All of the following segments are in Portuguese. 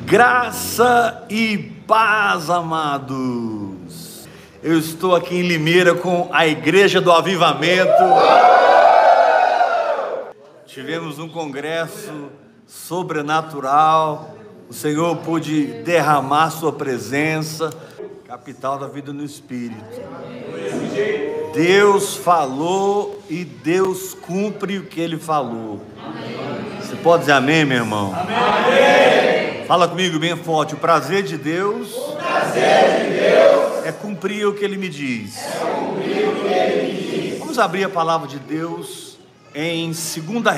Graça e paz, amados. Eu estou aqui em Limeira com a Igreja do Avivamento. Tivemos um congresso sobrenatural. O Senhor pôde derramar sua presença, capital da vida no Espírito. Deus falou e Deus cumpre o que Ele falou. Você pode dizer amém, meu irmão? Amém. Fala comigo bem forte. O prazer de Deus, é cumprir o que Ele me diz. Vamos abrir a palavra de Deus em 2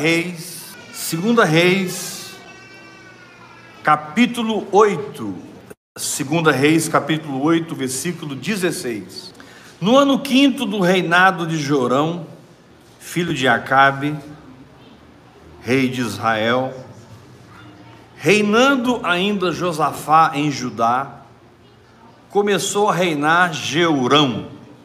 Reis, capítulo 8. 2 Reis, capítulo 8, versículo 16. No ano 5º do reinado de Jorão, filho de Acabe, rei de Israel, reinando ainda Josafá em Judá, começou a reinar Jeorão,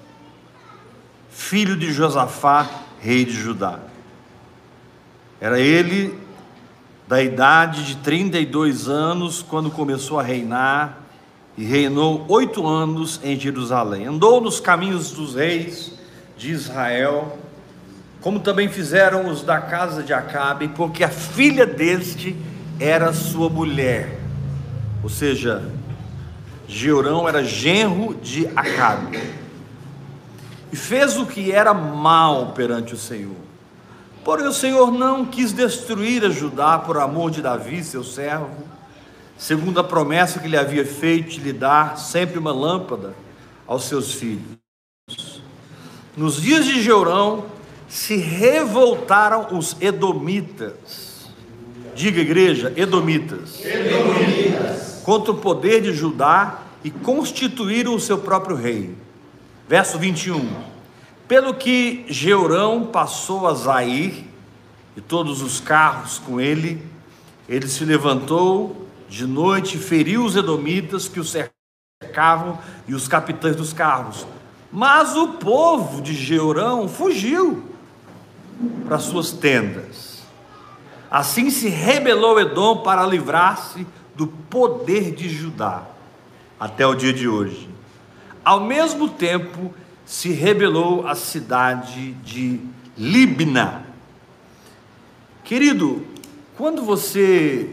filho de Josafá, rei de Judá. Era ele da idade de 32 anos quando começou a reinar, e reinou 8 anos em Jerusalém. Andou nos caminhos dos reis de Israel, como também fizeram os da casa de Acabe, porque a filha deste era sua mulher. Ou seja, Jeorão era genro de Acabe. E fez o que era mal perante o Senhor. Porém o Senhor não quis destruir a Judá por amor de Davi, seu servo, segundo a promessa que lhe havia feito de lhe dar sempre uma lâmpada aos seus filhos. Nos dias de Jeorão se revoltaram os edomitas. Diga, igreja, edomitas. Contra o poder de Judá e constituíram o seu próprio rei. Verso 21. Pelo que Jeorão passou a Zair e todos os carros com ele, ele se levantou de noite e feriu os edomitas que o cercavam e os capitães dos carros. Mas o povo de Jeorão fugiu para suas tendas. Assim se rebelou Edom para livrar-se do poder de Judá, até o dia de hoje. Ao mesmo tempo se rebelou a cidade de Libna. Querido, quando você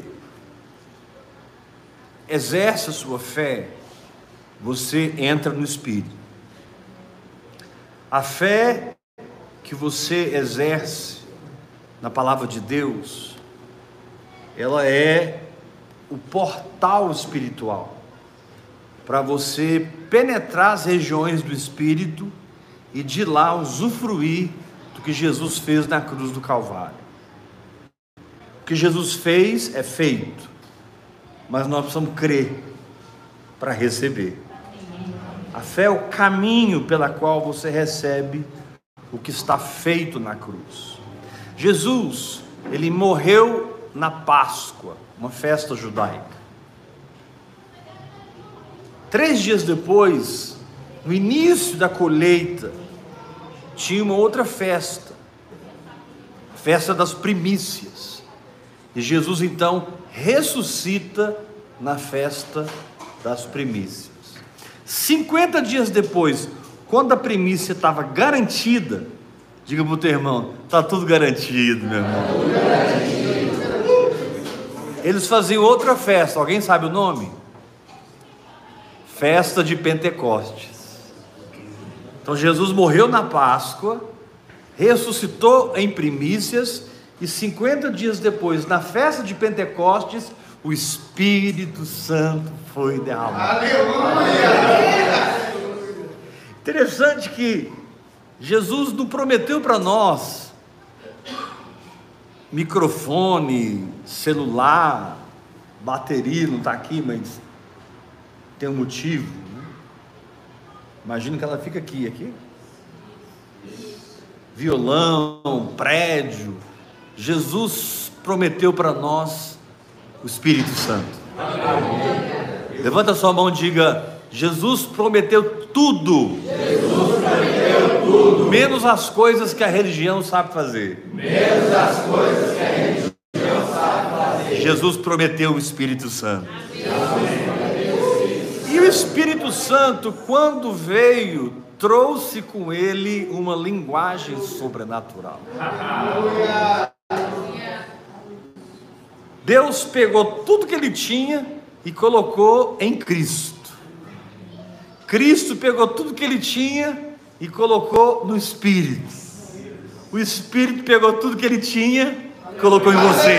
exerce a sua fé, você entra no Espírito. A fé que você exerce na palavra de Deus, ela é o portal espiritual para você penetrar as regiões do Espírito e de lá usufruir do que Jesus fez na cruz do Calvário. O que Jesus fez é feito, mas nós precisamos crer para receber. A fé é o caminho pela qual você recebe o que está feito na cruz. Jesus, ele morreu na Páscoa, uma festa judaica. 3 dias depois, no início da colheita, tinha uma outra festa, a festa das primícias. E Jesus então ressuscita na festa das primícias. 50 dias depois, quando a primícia estava garantida, diga para o teu irmão, está tudo garantido, meu irmão. Eles faziam outra festa, alguém sabe o nome? Festa de Pentecostes. Então Jesus morreu na Páscoa, ressuscitou em primícias, e 50 dias depois, na festa de Pentecostes, o Espírito Santo foi derramado. Aleluia! Interessante que Jesus não prometeu para nós microfone, celular, bateria, não está aqui, mas tem um motivo, né? Imagina que ela fica aqui. Violão, prédio. Jesus prometeu para nós o Espírito Santo. Levanta sua mão e diga: Jesus prometeu tudo. Menos as coisas que a religião sabe fazer. Jesus prometeu o Espírito Santo. E o Espírito Santo, quando veio, trouxe com ele uma linguagem sobrenatural. Deus pegou tudo que ele tinha e colocou em Cristo. Cristo pegou tudo que ele tinha e colocou no Espírito. O Espírito pegou tudo que ele tinha e colocou em você.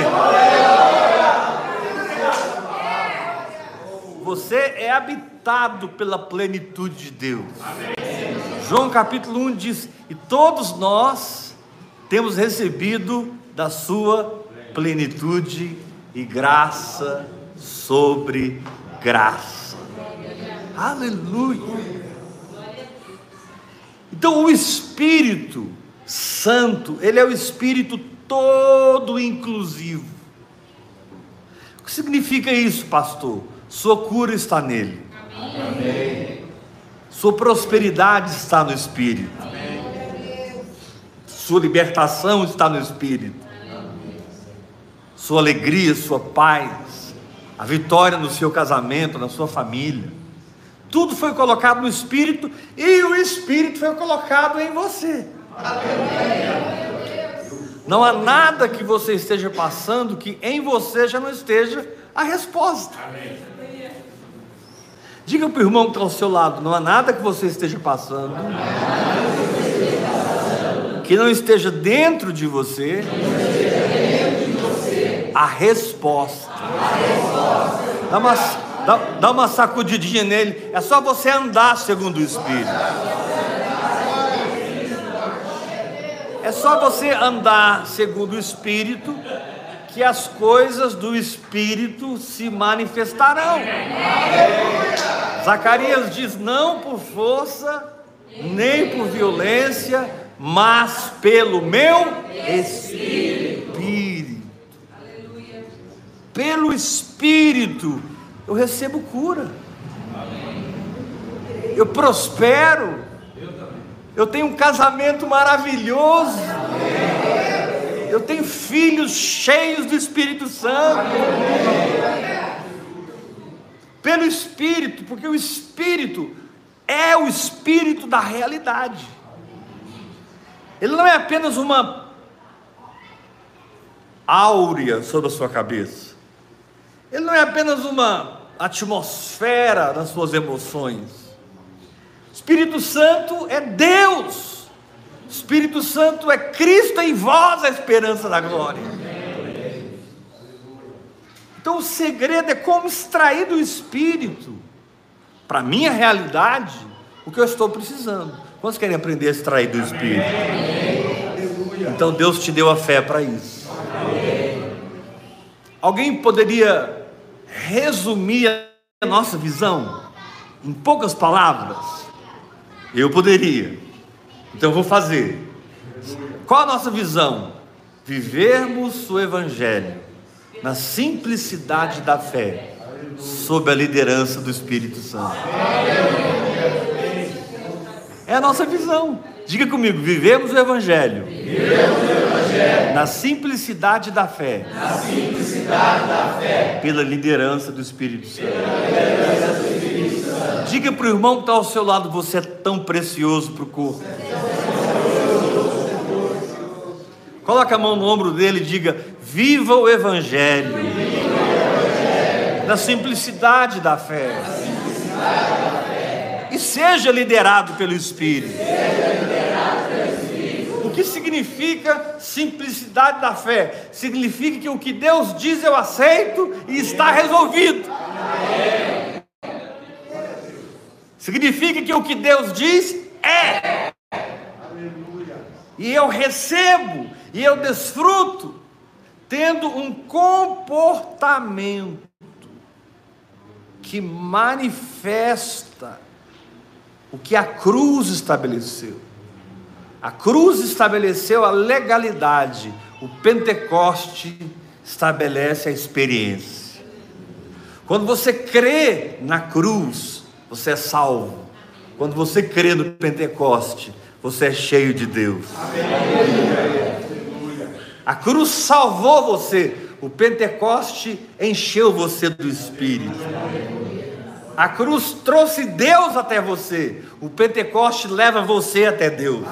Você é habitado pela plenitude de Deus. João capítulo 1 diz: e todos nós temos recebido da sua plenitude e graça sobre graça. Aleluia. Então o Espírito Santo, ele é o Espírito todo inclusivo. O que significa isso, pastor? Sua cura está nele. Amém. Sua prosperidade está no Espírito. Amém. Sua libertação está no Espírito. Amém. Sua alegria, sua paz, a vitória no seu casamento, na sua família, tudo foi colocado no Espírito, e o Espírito foi colocado em você. Amém. Não há nada que você esteja passando que em você já não esteja a resposta. Amém. Diga para o irmão que está ao seu lado: não há nada que você esteja passando que não esteja dentro de você a resposta. Dá uma sacudidinha nele. É só você andar segundo o Espírito. É só você andar segundo o Espírito que as coisas do Espírito se manifestarão. Zacarias diz: não por força, nem por violência, mas pelo meu Espírito. Pelo Espírito eu recebo cura. Eu prospero. Eu tenho um casamento maravilhoso. Eu tenho filhos cheios do Espírito Santo. Pelo Espírito, porque o Espírito é o Espírito da realidade. Ele não é apenas uma áurea sobre a sua cabeça. Ele não é apenas uma atmosfera nas suas emoções. O Espírito Santo é Deus. O Espírito Santo é Cristo em vós, a esperança da glória. Então o segredo é como extrair do Espírito, para a minha realidade, o que eu estou precisando. Quantos querem aprender a extrair do Espírito? Então Deus te deu a fé para isso. Alguém poderia resumir a nossa visão em poucas palavras? Eu poderia. Então eu vou fazer. Qual a nossa visão? Vivermos o Evangelho na simplicidade da fé, sob a liderança do Espírito Santo. É a nossa visão. Diga comigo: vivemos o Evangelho, na simplicidade da fé, pela liderança do Espírito Santo. Diga para o irmão que está ao seu lado: você é tão precioso para o corpo. Coloca a mão no ombro dele e diga: viva o Evangelho, na simplicidade da fé, e seja liderado pelo Espírito. O que significa simplicidade da fé? Significa que o que Deus diz eu aceito e está resolvido. Significa que o que Deus diz é. E eu recebo, e eu desfruto, tendo um comportamento que manifesta o que a cruz estabeleceu. A cruz estabeleceu a legalidade, o Pentecoste estabelece a experiência. Quando você crê na cruz, você é salvo. Quando você crê no Pentecoste, você é cheio de Deus. A cruz salvou você. O Pentecoste encheu você do Espírito. A cruz trouxe Deus até você. O Pentecoste leva você até Deus.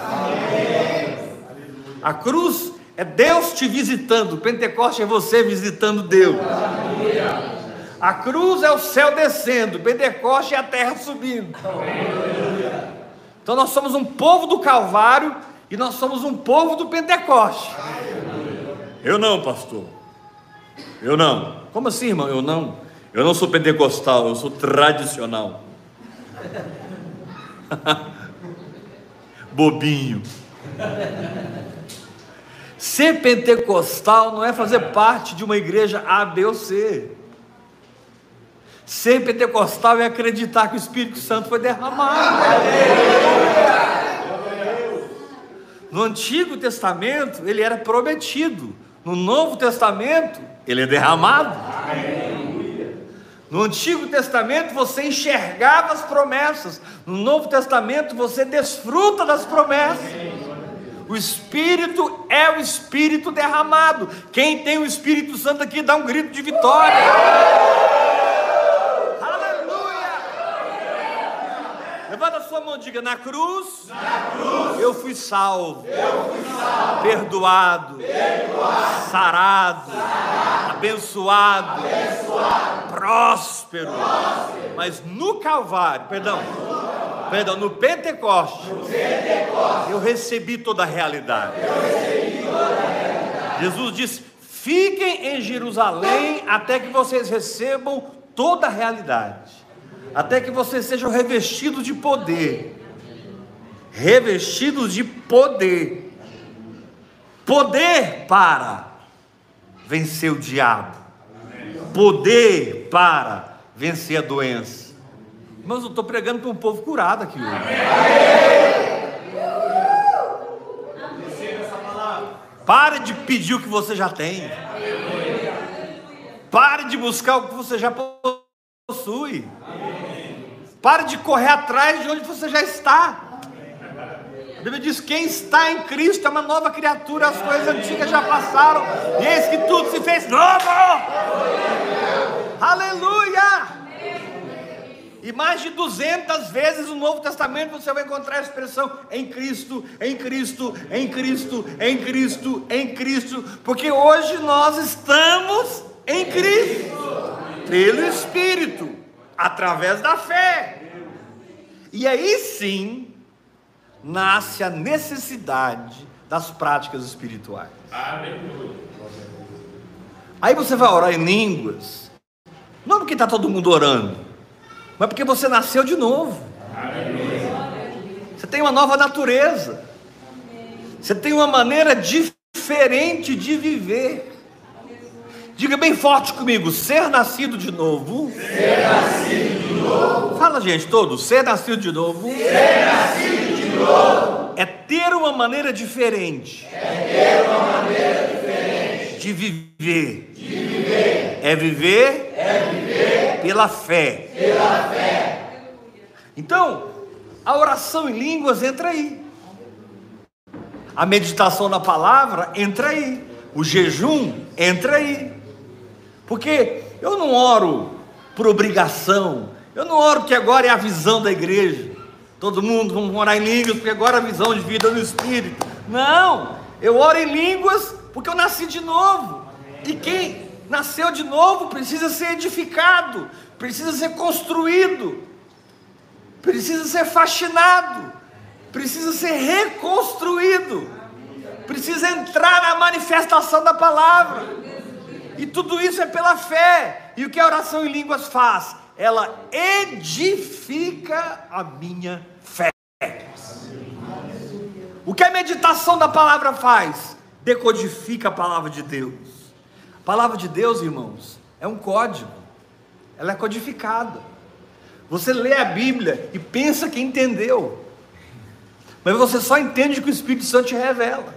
A cruz é Deus te visitando. O Pentecoste é você visitando Deus. A cruz é o céu descendo. O Pentecoste é a terra subindo. Então nós somos um povo do Calvário e nós somos um povo do Pentecoste. Eu não, pastor. Eu não. Como assim, irmão? Eu não. Eu não sou pentecostal, eu sou tradicional. Bobinho. Ser pentecostal não é fazer parte de uma igreja A, B ou C. Ser pentecostal é acreditar que o Espírito Santo foi derramado. No Antigo Testamento ele era prometido. No Novo Testamento ele é derramado. No Antigo Testamento você enxergava as promessas. No Novo Testamento você desfruta das promessas. O Espírito é o Espírito derramado. Quem tem o Espírito Santo aqui dá um grito de vitória. Aleluia! Levanta a sua mão e diga: na cruz, eu fui salvo, perdoado, sarado, abençoado, próspero. Mas no Calvário, no Pentecoste, eu recebi toda a realidade. Jesus disse: fiquem em Jerusalém até que vocês recebam toda a realidade, até que vocês sejam revestidos de poder. Revestidos de poder. Poder para vencer o diabo. Poder para vencer a doença. Mas eu estou pregando para um povo curado aqui hoje. Pare de pedir o que você já tem. Pare de buscar o que você já possui. Pare de correr atrás de onde você já está. A Bíblia diz: quem está em Cristo é uma nova criatura, as coisas antigas já passaram, e eis que tudo se fez novo. Aleluia! E mais de 200 vezes no Novo Testamento você vai encontrar a expressão em Cristo, em Cristo, em Cristo, em Cristo, em Cristo, porque hoje nós estamos em Cristo, pelo Espírito, através da fé. E aí sim nasce a necessidade das práticas espirituais. Aí você vai orar em línguas, não porque está todo mundo orando, mas porque você nasceu de novo. Você tem uma nova natureza. Você tem uma maneira diferente de viver. Diga bem forte comigo: ser nascido de novo. Ser nascido de novo. Fala, gente, todos. Ser nascido de novo. Ser nascido de novo. É ter uma maneira diferente. É ter uma maneira diferente de viver. De viver. É viver. É viver pela fé. Pela fé. Então, a oração em línguas entra aí. A meditação na palavra entra aí. O jejum entra aí. Porque eu não oro por obrigação. Eu não oro porque agora é a visão da igreja. Todo mundo vamos orar em línguas porque agora é a visão de vida no Espírito. Não, eu oro em línguas porque eu nasci de novo. E quem nasceu de novo precisa ser edificado, precisa ser construído, precisa ser faxinado, precisa ser reconstruído, precisa entrar na manifestação da palavra. E tudo isso é pela fé. E o que a oração em línguas faz? Ela edifica a minha fé. O que a meditação da palavra faz? Decodifica a palavra de Deus. A palavra de Deus, irmãos, é um código. Ela é codificada. Você lê a Bíblia e pensa que entendeu, mas você só entende o que o Espírito Santo te revela.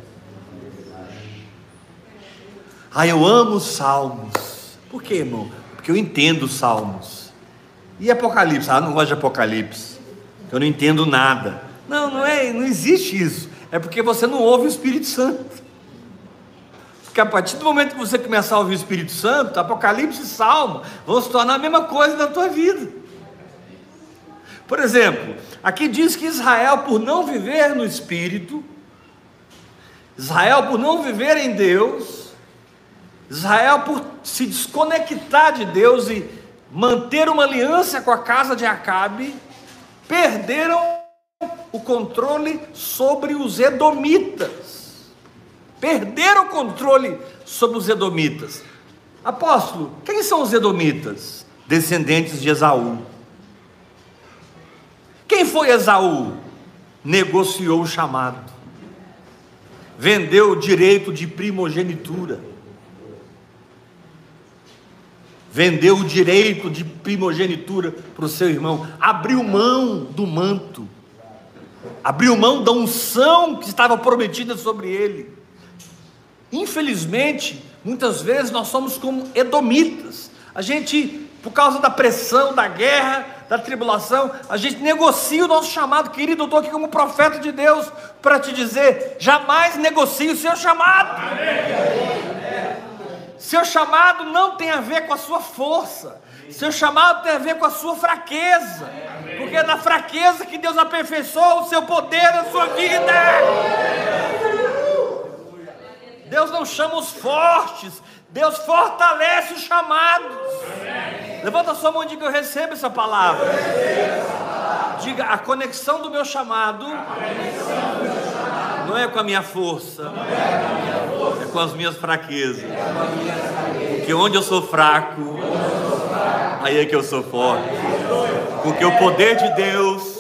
Eu amo os Salmos. Por quê, irmão? Porque eu entendo os Salmos. E Apocalipse? Não gosto de Apocalipse. Eu não entendo nada. Não existe isso. É porque você não ouve o Espírito Santo. Porque a partir do momento que você começar a ouvir o Espírito Santo, Apocalipse e Salmo vão se tornar a mesma coisa na tua vida. Por exemplo, aqui diz que Israel, por não viver no Espírito, Israel por não viver em Deus, Israel por se desconectar de Deus e manter uma aliança com a casa de Acabe, perderam o controle sobre os edomitas. Perderam o controle sobre os edomitas. Apóstolo, quem são os edomitas? Descendentes de Esaú. Quem foi Esaú? Negociou o chamado, vendeu o direito de primogenitura, vendeu o direito de primogenitura para o seu irmão, abriu mão do manto, abriu mão da unção que estava prometida sobre ele. Infelizmente, muitas vezes nós somos como edomitas. A gente, por causa da pressão, da guerra, da tribulação, a gente negocia o nosso chamado. Querido, eu estou aqui como profeta de Deus para te dizer: jamais negocie o seu chamado. Seu chamado não tem a ver com a sua força, seu chamado tem a ver com a sua fraqueza, porque é na fraqueza que Deus aperfeiçoa o seu poder na sua vida. Deus não chama os fortes, Deus fortalece os chamados. Levanta a sua mão e diga: eu recebo essa palavra. Diga: a conexão do meu chamado não é com a minha força, é com as minhas fraquezas. Porque onde eu sou fraco, aí é que eu sou forte. Porque o poder de Deus,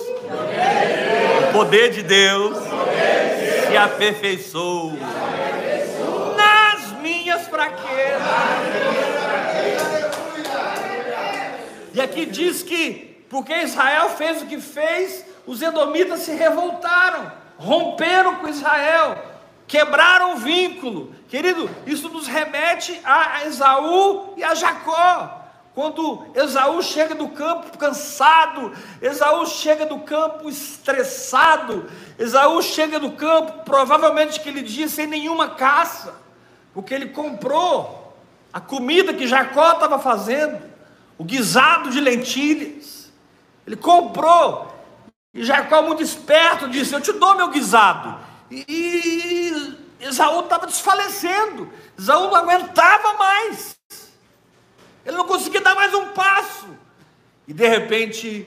se aperfeiçoa nas minhas fraquezas. E aqui diz que, porque Israel fez o que fez, os edomitas se revoltaram, romperam com Israel, quebraram o vínculo. Querido, isso nos remete a Esaú e a Jacó. Quando Esaú chega do campo cansado, Esaú chega do campo estressado, Esaú chega do campo, provavelmente aquele dia sem nenhuma caça, porque ele comprou a comida que Jacó estava fazendo, o guisado de lentilhas. Ele comprou, e Jacó, muito esperto, disse: eu te dou meu guisado. E Esaú estava desfalecendo, Esaú não aguentava mais, ele não conseguia dar mais um passo. E de repente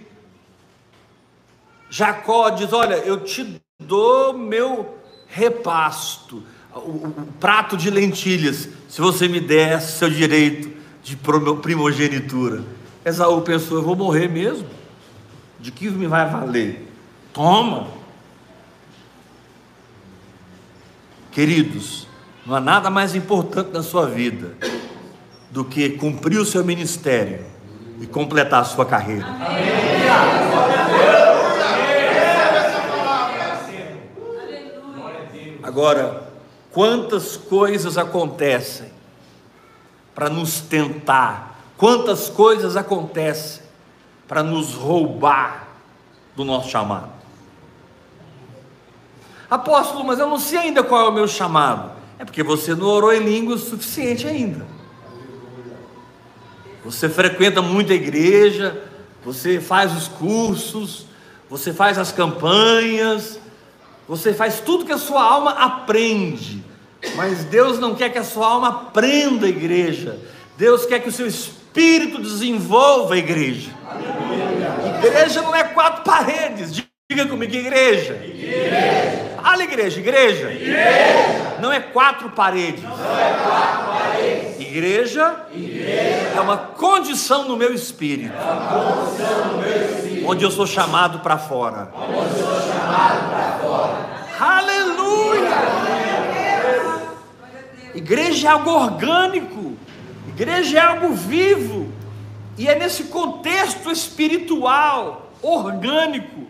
Jacó diz: olha, eu te dou meu repasto, o prato de lentilhas, se você me der seu direito de primogenitura. Esaú pensou: eu vou morrer mesmo? De que me vai valer? Toma. Queridos, não há nada mais importante na sua vida do que cumprir o seu ministério e completar a sua carreira. Agora, quantas coisas acontecem para nos tentar, quantas coisas acontecem para nos roubar do nosso chamado. Apóstolo, mas eu não sei ainda qual é o meu chamado. É porque você não orou em línguas o suficiente ainda. Você frequenta muita igreja, você faz os cursos, você faz as campanhas, você faz tudo que a sua alma aprende, mas Deus não quer que a sua alma aprenda a igreja. Deus quer que o seu espírito desenvolva a igreja. Igreja não é quatro paredes. Diga comigo: igreja. Fala, igreja. Igreja não é quatro paredes. Igreja é uma condição no meu espírito, onde eu sou chamado para fora. Aleluia! Igreja é algo orgânico, igreja é algo vivo, e é nesse contexto espiritual, orgânico,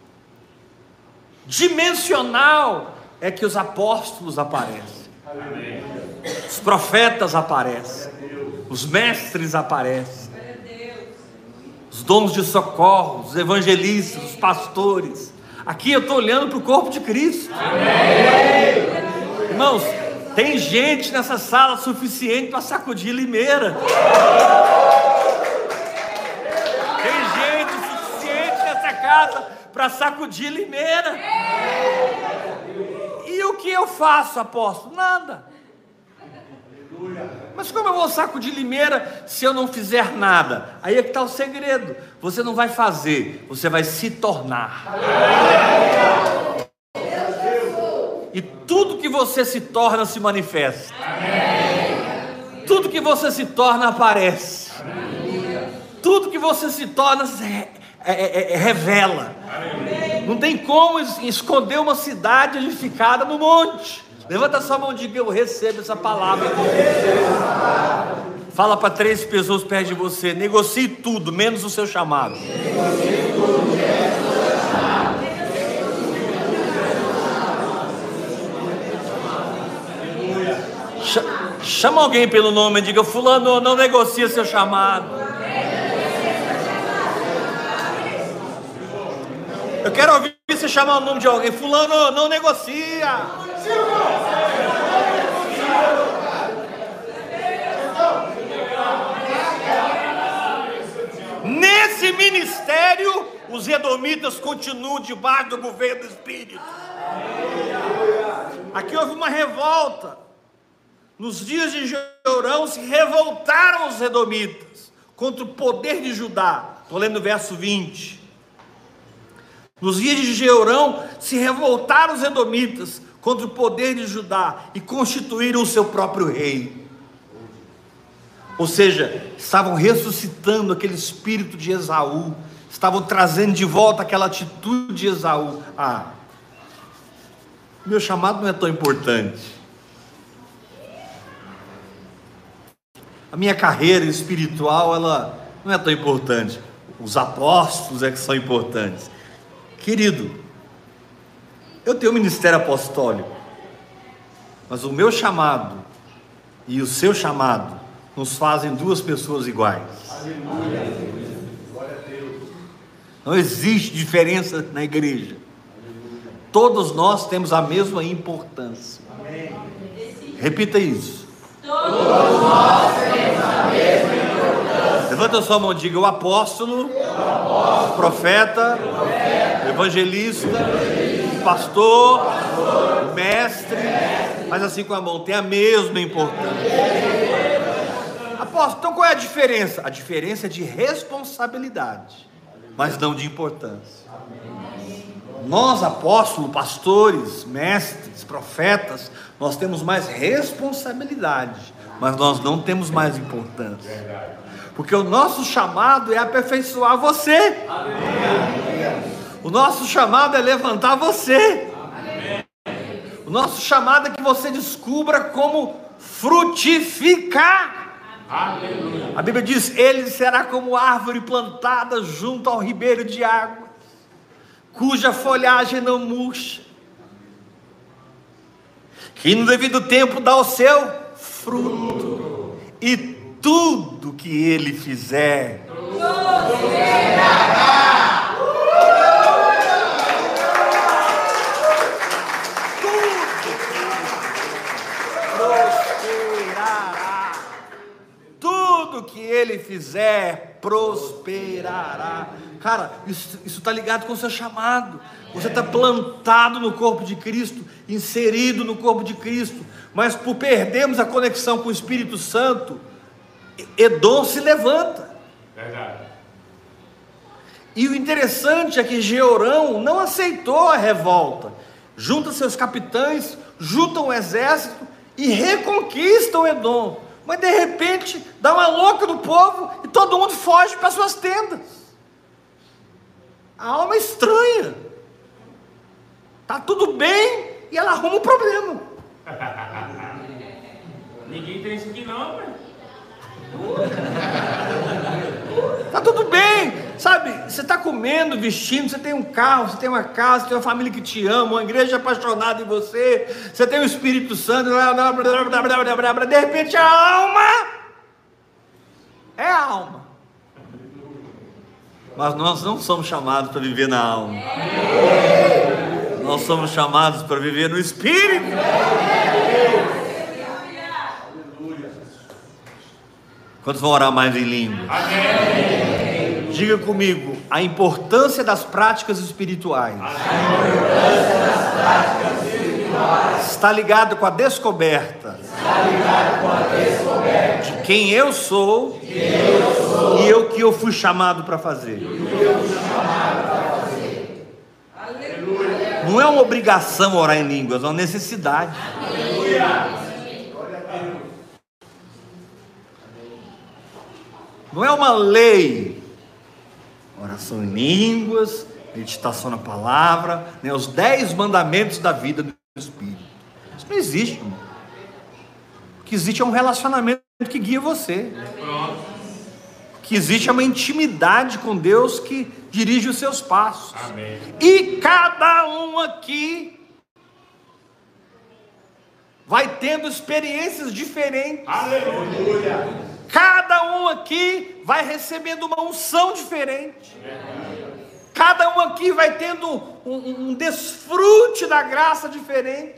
dimensional, é que os apóstolos aparecem, os profetas aparecem, os mestres aparecem, os dons de socorro, os evangelistas, os pastores. Aqui eu estou olhando para o corpo de Cristo. Irmãos, Tem gente nessa sala suficiente para sacudir Limeira. Tem gente suficiente nessa casa para sacudir Limeira. E o que eu faço, apóstolo? Nada. Mas como eu vou sacudir Limeira se eu não fizer nada? Aí é que está o segredo. Você não vai fazer, você vai se tornar. E tudo que você se torna se manifesta. Tudo que você se torna aparece. Tudo que você se torna revela. Não tem como esconder uma cidade edificada no monte. Levanta sua mão e diga: eu recebo essa palavra. Fala para 3 pessoas perto de você: negocie tudo, menos o seu chamado. Chama alguém pelo nome e diga: fulano, não negocia seu chamado. Eu quero ouvir você chamar o nome de alguém. Fulano, não negocia. Nesse ministério, os edomitas continuam debaixo do governo do Espírito. Aqui houve uma revolta. Nos dias de Jeorão se revoltaram os edomitas contra o poder de Judá. Estou lendo o verso 20. Nos dias de Jeorão se revoltaram os edomitas contra o poder de Judá e constituíram o seu próprio rei. Ou seja, estavam ressuscitando aquele espírito de Esaú, estavam trazendo de volta aquela atitude de Esaú. Meu chamado não é tão importante. A minha carreira espiritual, ela não é tão importante. Os apóstolos é que são importantes. Querido, eu tenho um ministério apostólico, mas o meu chamado e o seu chamado nos fazem 2 pessoas iguais. Não existe diferença na igreja. Todos nós temos a mesma importância. Repita isso. Todos nós temos a mesma importância. Levanta a sua mão e diga: o apóstolo, o profeta, o evangelista, o pastor, o mestre, mas assim com a mão, tem a mesma importância. Apóstolo, então qual é a diferença? A diferença é de responsabilidade, mas não de importância. Nós, apóstolos, pastores, mestres, profetas, nós temos mais responsabilidade, mas nós não temos mais importância. Porque o nosso chamado é aperfeiçoar você. O nosso chamado é levantar você. O nosso chamado é que você descubra como frutificar. A Bíblia diz: ele será como árvore plantada junto ao ribeiro de água, cuja folhagem não murcha, que no devido tempo dá o seu fruto, e tudo que ele fizer prosperará. Tudo que ele fizer prosperará. Cara, isso está ligado com o seu chamado. Você está plantado no corpo de Cristo, inserido no corpo de Cristo, mas por perdermos a conexão com o Espírito Santo, Edom se levanta. Verdade. E o interessante é que Jeorão não aceitou a revolta. Junta seus capitães, juntam o exército e reconquistam Edom. Mas de repente dá uma louca do povo e todo mundo foge para suas tendas. A alma é estranha. Tá tudo bem e ela arruma um problema. Ninguém tem isso aqui não, velho. Tá tudo bem, sabe? Você está comendo, vestindo, você tem um carro, você tem uma casa, você tem uma família que te ama, uma igreja apaixonada em você, você tem o Espírito Santo, de repente a alma é a alma. Mas nós não somos chamados para viver na alma. Nós somos chamados para viver no Espírito. Quantos vão orar mais em línguas? Amém. Diga comigo, a importância das práticas espirituais. Está ligado com a descoberta. De quem eu sou. E o que eu fui chamado para fazer. Não é uma obrigação orar em línguas, é uma necessidade. Não é uma lei. Oração em línguas, meditação na palavra, né? Os 10 mandamentos da vida do Espírito. Isso não existe, irmão. O que existe é um relacionamento que guia você. O que existe é uma intimidade com Deus que dirige os seus passos. Amém. E cada um aqui vai tendo experiências diferentes. Aleluia. Cada um aqui vai recebendo uma unção diferente. Cada um aqui vai tendo um desfrute da graça diferente.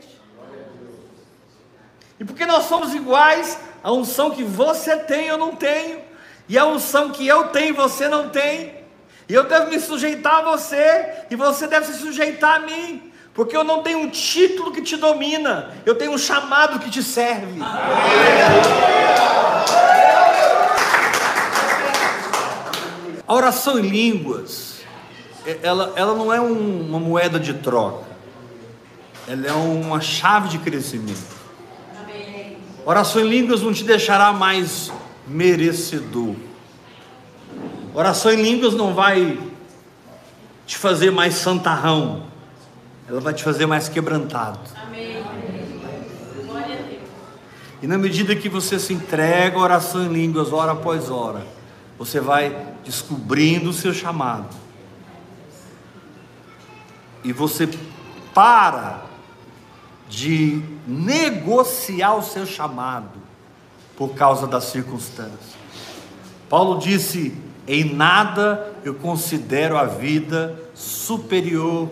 E porque nós somos iguais, a unção que você tem eu não tenho, e a unção que eu tenho você não tem, e eu devo me sujeitar a você, e você deve se sujeitar a mim, porque eu não tenho um título que te domina, eu tenho um chamado que te serve. A oração em línguas, ela não é uma moeda de troca, ela é uma chave de crescimento. Oração em línguas não te deixará mais merecedor. Oração em línguas não vai te fazer mais santarrão, ela vai te fazer mais quebrantado. Amém. Glória a Deus. E na medida que você se entrega à oração em línguas, hora após hora, você vai descobrindo o seu chamado. E você para de negociar o seu chamado por causa das circunstâncias. Paulo disse: em nada eu considero a vida superior,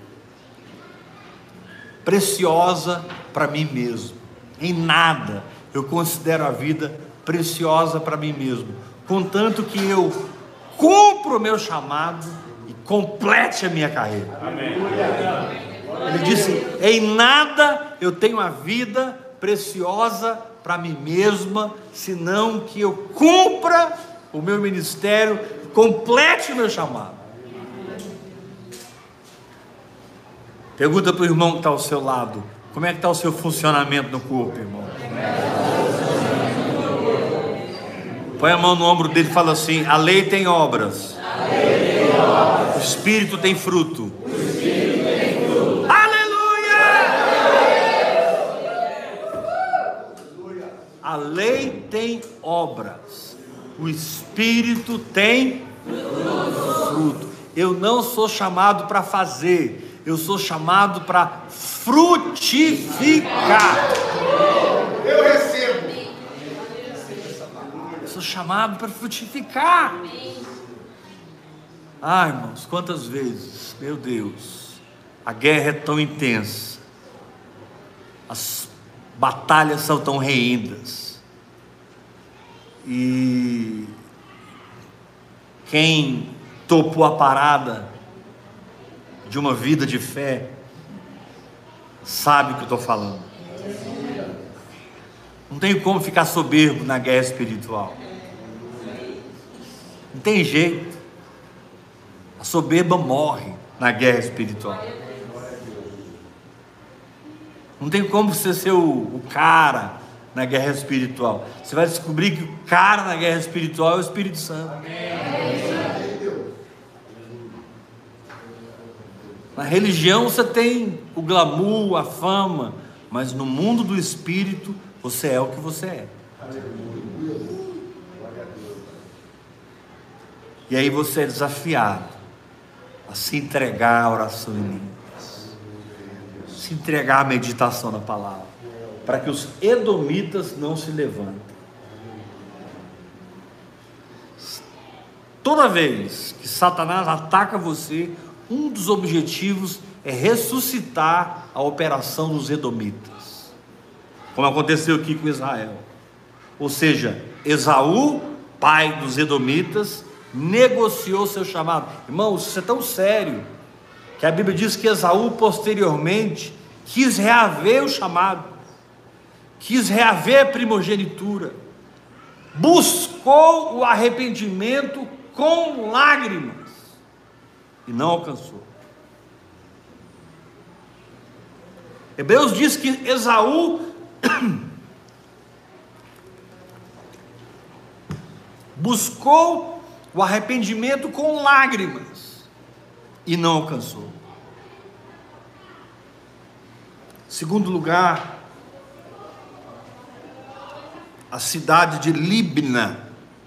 preciosa para mim mesmo. Em nada eu considero a vida preciosa para mim mesmo, contanto que eu cumpra o meu chamado e complete a minha carreira. Amém. Ele disse: em nada eu tenho a vida preciosa para mim mesma, senão que eu cumpra o meu ministério, complete o meu chamado. Pergunta para o irmão que está ao seu lado: como é que está o seu funcionamento no corpo, irmão? Põe a mão no ombro dele e fala assim: a lei tem obras, o Espírito tem fruto. A lei tem obras, o Espírito tem fruto. Eu não sou chamado para fazer, eu sou chamado para frutificar. Eu recebo. Eu sou chamado para frutificar. Ah, irmãos, quantas vezes, meu Deus, a guerra é tão intensa, as batalhas são tão reídas, e quem topou a parada de uma vida de fé sabe o que eu estou falando. Não tem como ficar soberbo na guerra espiritual, não tem jeito. A soberba morre na guerra espiritual. Não tem como você ser o cara na guerra espiritual. Você vai descobrir que o cara na guerra espiritual é o Espírito Santo. Na religião você tem o glamour, a fama, mas no mundo do Espírito você é o que você é. E aí você é desafiado a se entregar à oração em línguas, se entregar à meditação na palavra, para que os edomitas não se levantem. Toda vez que Satanás ataca você, um dos objetivos é ressuscitar a operação dos edomitas, como aconteceu aqui com Israel. Ou seja, Esaú, pai dos edomitas, negociou seu chamado. Irmãos, isso é tão sério, que a Bíblia diz que Esaú posteriormente quis reaver o chamado, quis reaver a primogenitura, buscou o arrependimento com lágrimas, e não alcançou. Hebreus diz que Esaú buscou o arrependimento com lágrimas e não alcançou. Segundo lugar, a cidade de Líbna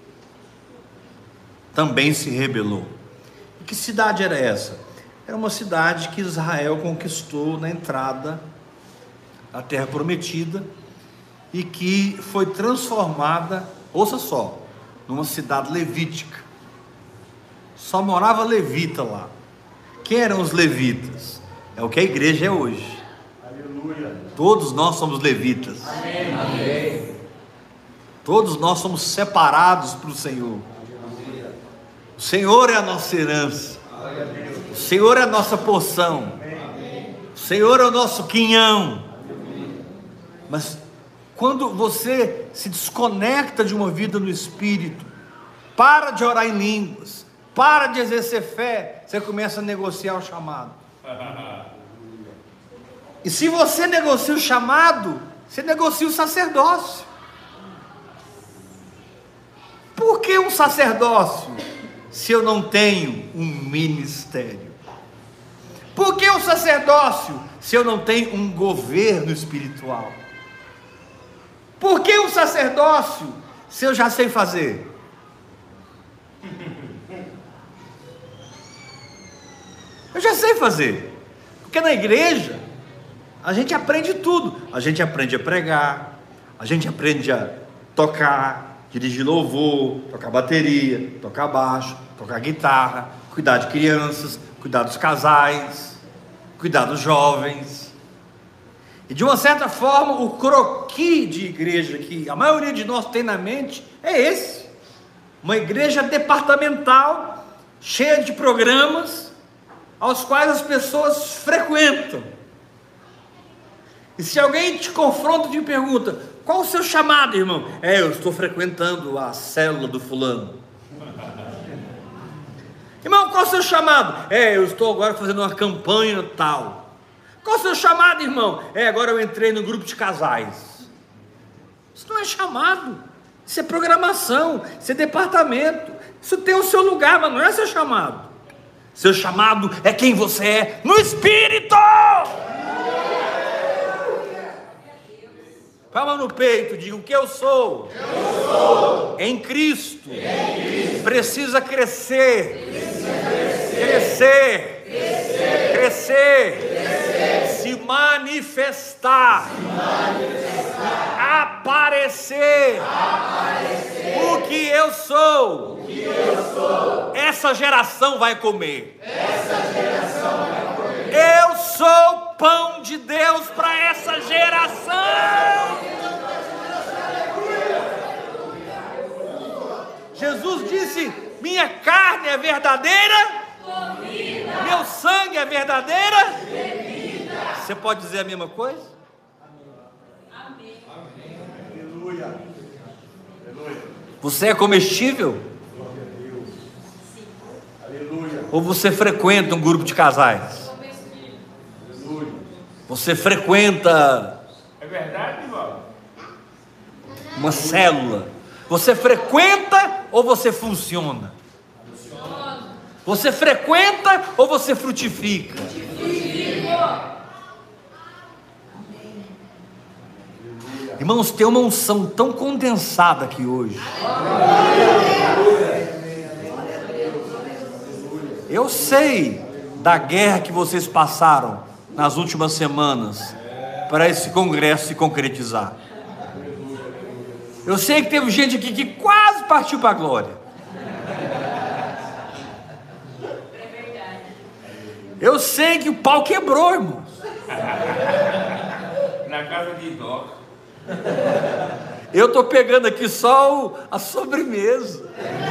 também se rebelou. E que cidade era essa? Era uma cidade que Israel conquistou na entrada da terra prometida e que foi transformada, ouça só, numa cidade levítica. Só morava levita lá. Quem eram os levitas? É o que a igreja é hoje. Aleluia. Todos nós somos levitas. Amém. Amém. Todos nós somos separados para o Senhor. O Senhor é a nossa herança. O Senhor é a nossa porção. O Senhor é o nosso quinhão. Mas quando você se desconecta de uma vida no Espírito, para de orar em línguas, para de exercer fé, você começa a negociar o chamado. E se você negocia o chamado, você negocia o sacerdócio. Por que um sacerdócio, se eu não tenho um ministério? Por que um sacerdócio, se eu não tenho um governo espiritual? Por que um sacerdócio, se eu já sei fazer? Eu já sei fazer, porque na igreja a gente aprende tudo. A gente aprende a pregar, a gente aprende a tocar, dirigir louvor, tocar bateria, tocar baixo, tocar guitarra, cuidar de crianças, cuidar dos casais, cuidar dos jovens. E de uma certa forma, o croquis de igreja que a maioria de nós tem na mente é esse: uma igreja departamental, cheia de programas, aos quais as pessoas frequentam. E se alguém te confronta e te pergunta: qual o seu chamado, irmão? Eu estou frequentando a célula do fulano. Irmão, qual o seu chamado? Eu estou agora fazendo uma campanha tal. Qual o seu chamado, irmão? Agora eu entrei no grupo de casais. Isso não é chamado, isso é programação, isso é departamento. Isso tem o seu lugar, mas não é seu chamado. Seu chamado é quem você é no Espírito. Palma no peito, diga: o que eu sou? Em Cristo. Precisa crescer. Crescer. Se manifestar. Aparecer. O que eu sou. Essa geração vai comer. Eu sou pão de Deus para essa geração. Jesus disse: minha carne é verdadeira, meu sangue é verdadeira. Você pode dizer a mesma coisa? Amém. Aleluia. Você é comestível? Ou você frequenta um grupo de casais? Você frequenta uma célula? Você frequenta ou você funciona? Você frequenta ou você frutifica? Irmãos, tem uma unção tão condensada aqui hoje. Eu sei da guerra que vocês passaram nas últimas semanas para esse congresso se concretizar. Eu sei que teve gente aqui que quase partiu para a glória. Eu sei que o pau quebrou, irmãos. Na casa de Dó. Eu estou pegando aqui só a sobremesa.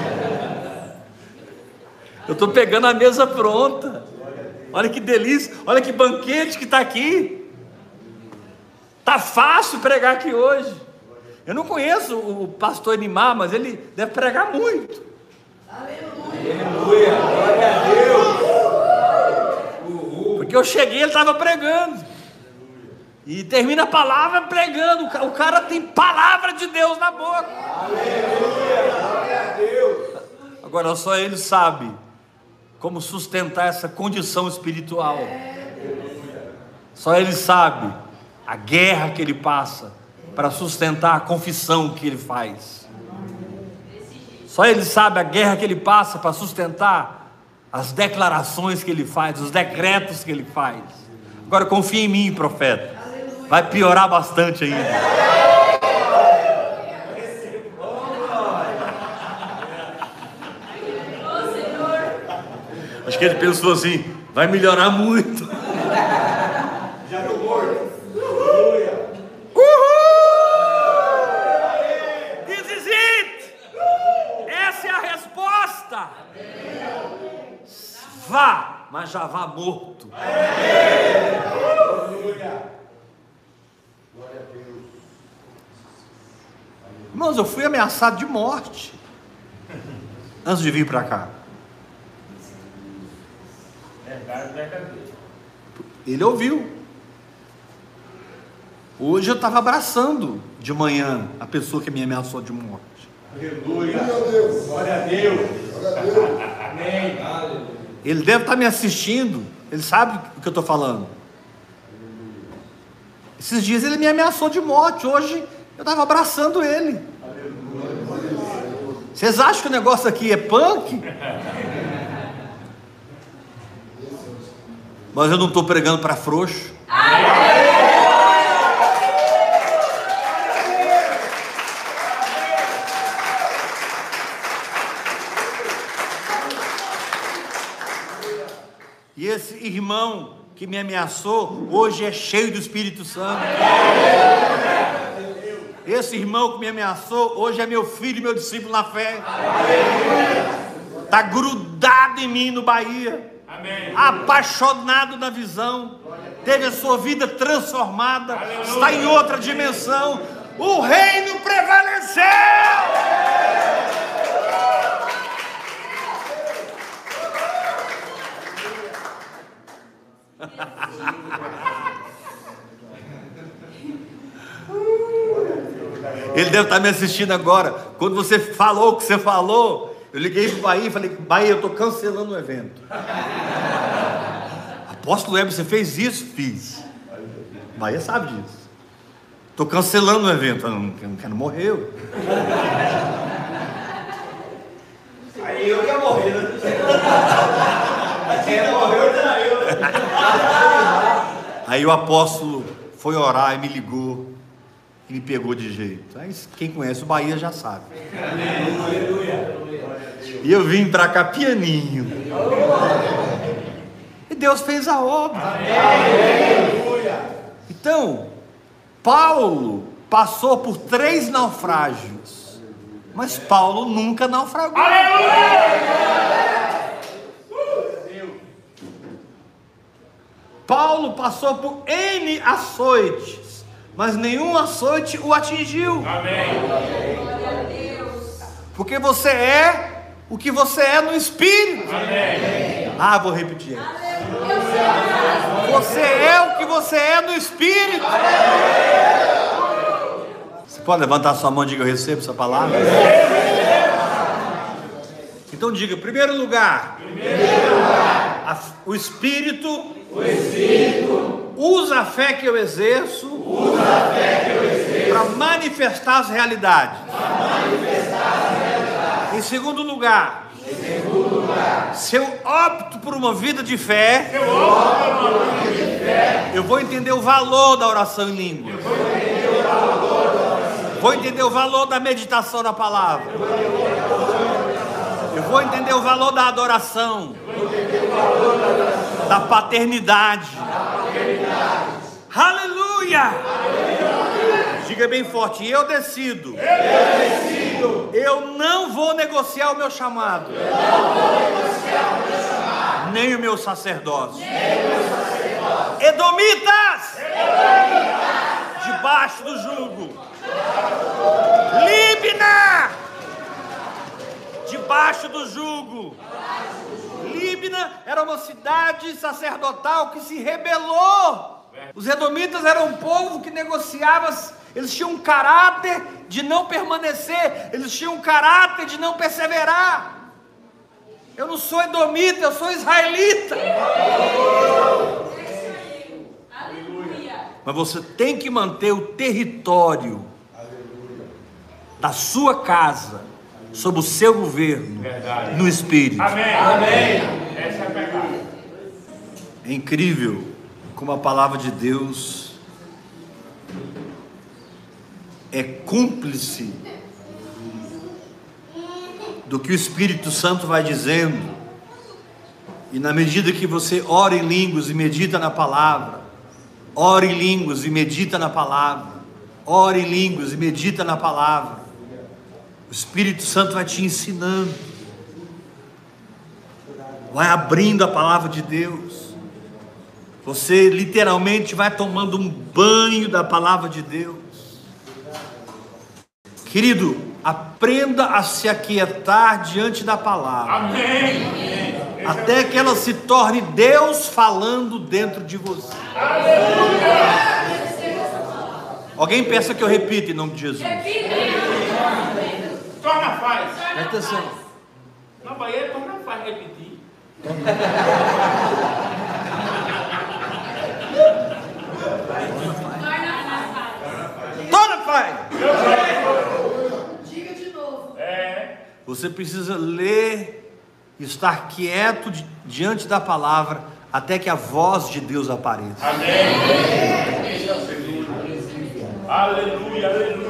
Eu estou pegando a mesa pronta. Olha que delícia, olha que banquete que está aqui. Está fácil pregar aqui hoje. Eu não conheço o pastor Nimar, mas ele deve pregar muito. Aleluia, glória a Deus. Porque eu cheguei, ele estava pregando. E termina a palavra pregando. O cara tem palavra de Deus na boca. Aleluia, glória a Deus. Agora só ele sabe como sustentar essa condição espiritual. Só ele sabe a guerra que ele passa para sustentar a confissão que ele faz. Só ele sabe a guerra que ele passa para sustentar as declarações que ele faz, os decretos que ele faz. Agora confia em mim, profeta. Vai piorar bastante ainda. Acho que ele pensou assim, vai melhorar muito. Já estou morto. Uhul! This is it! Essa é a resposta. Vá, mas já vá morto. Irmãos, eu fui ameaçado de morte antes de vir para cá. Ele ouviu. Hoje eu estava abraçando de manhã a pessoa que me ameaçou de morte. Aleluia. Glória a Deus. Amém. Ele deve estar me assistindo. Ele sabe o que eu estou falando. Esses dias ele me ameaçou de morte. Hoje eu estava abraçando ele. Vocês acham que o negócio aqui é punk? Mas eu não estou pregando para frouxo. E esse irmão que me ameaçou, hoje é cheio do Espírito Santo. Esse irmão que me ameaçou, hoje é meu filho e meu discípulo na fé. Está grudado em mim no Bahia. Amém. Apaixonado na visão, teve a sua vida transformada. Aleluia. Está em outra dimensão. O reino prevaleceu. Ele deve estar me assistindo agora. Quando você falou o que você falou, eu liguei para o Bahia e falei: Bahia, eu estou cancelando o evento. Apóstolo Weber, você fez isso? Fiz. Bahia sabe disso. Estou cancelando o evento. Eu não quero morrer. Aí eu ia morrer, né? Quem ia morrer era eu. Aí o apóstolo foi orar e me ligou. E me pegou de jeito. Aí quem conhece o Bahia já sabe. Aleluia. E eu vim para cá pianinho. E Deus fez a obra. Aleluia. Então, Paulo passou por 3 naufrágios, mas Paulo nunca naufragou. Paulo passou por N açoites, mas nenhum açoite o atingiu. Amém. Porque você é o que você é no Espírito. Amém. Ah, vou repetir. Você é o que você é no Espírito. Você pode levantar sua mão e diga: eu recebo essa palavra? Então diga: em primeiro lugar, o Espírito usa a fé que eu exerço para manifestar as realidades. Em segundo lugar, se eu opto por uma vida de fé, eu vou entender o valor da oração em língua. Vou entender o valor da meditação na palavra. Eu vou entender o valor da adoração, da paternidade. Aleluia! Diga bem forte: eu decido. Eu não vou negociar o meu chamado. Nem o meu sacerdócio. Edomitas! Debaixo do jugo. Líbina! Debaixo do jugo. Líbina era uma cidade sacerdotal que se rebelou. Os edomitas eram um povo que negociava. Eles tinham um caráter de não permanecer. Eles tinham um caráter de não perseverar. Eu não sou edomita, eu sou israelita. Mas você tem que manter o território da sua casa sob o seu governo. Verdade. No Espírito. Amém. Amém. Essa é a pegada. É incrível como a palavra de Deus é cúmplice do que o Espírito Santo vai dizendo. E na medida que você ora em línguas e medita na palavra, ora em línguas e medita na palavra, ora em línguas e medita na palavra, o Espírito Santo vai te ensinando, vai abrindo a palavra de Deus. Você literalmente vai tomando um banho da palavra de Deus. Querido, aprenda a se aquietar diante da palavra. Amém. Até que ela se torne Deus falando dentro de você. Alguém pensa que eu repito em nome de Jesus? Torna faz. Presta atenção. Na Bahia, torna faz repetir. Torna faz. Diga de novo. Você precisa ler, estar quieto diante da palavra, até que a voz de Deus apareça. Amém. Aleluia, aleluia.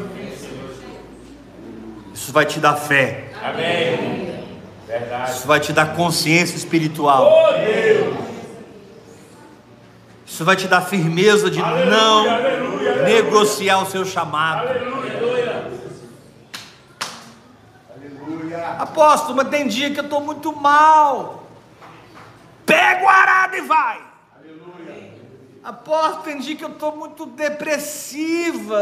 Isso vai te dar fé. Amém. Verdade. Isso vai te dar consciência espiritual. Oh, Deus. Isso vai te dar firmeza de Aleluia, não aleluia, negociar o seu chamado. Aleluia. Apóstolo, mas tem dia que eu estou muito mal. Pega o arado e vai. Apóstolo, tem dia que eu estou muito depressivo.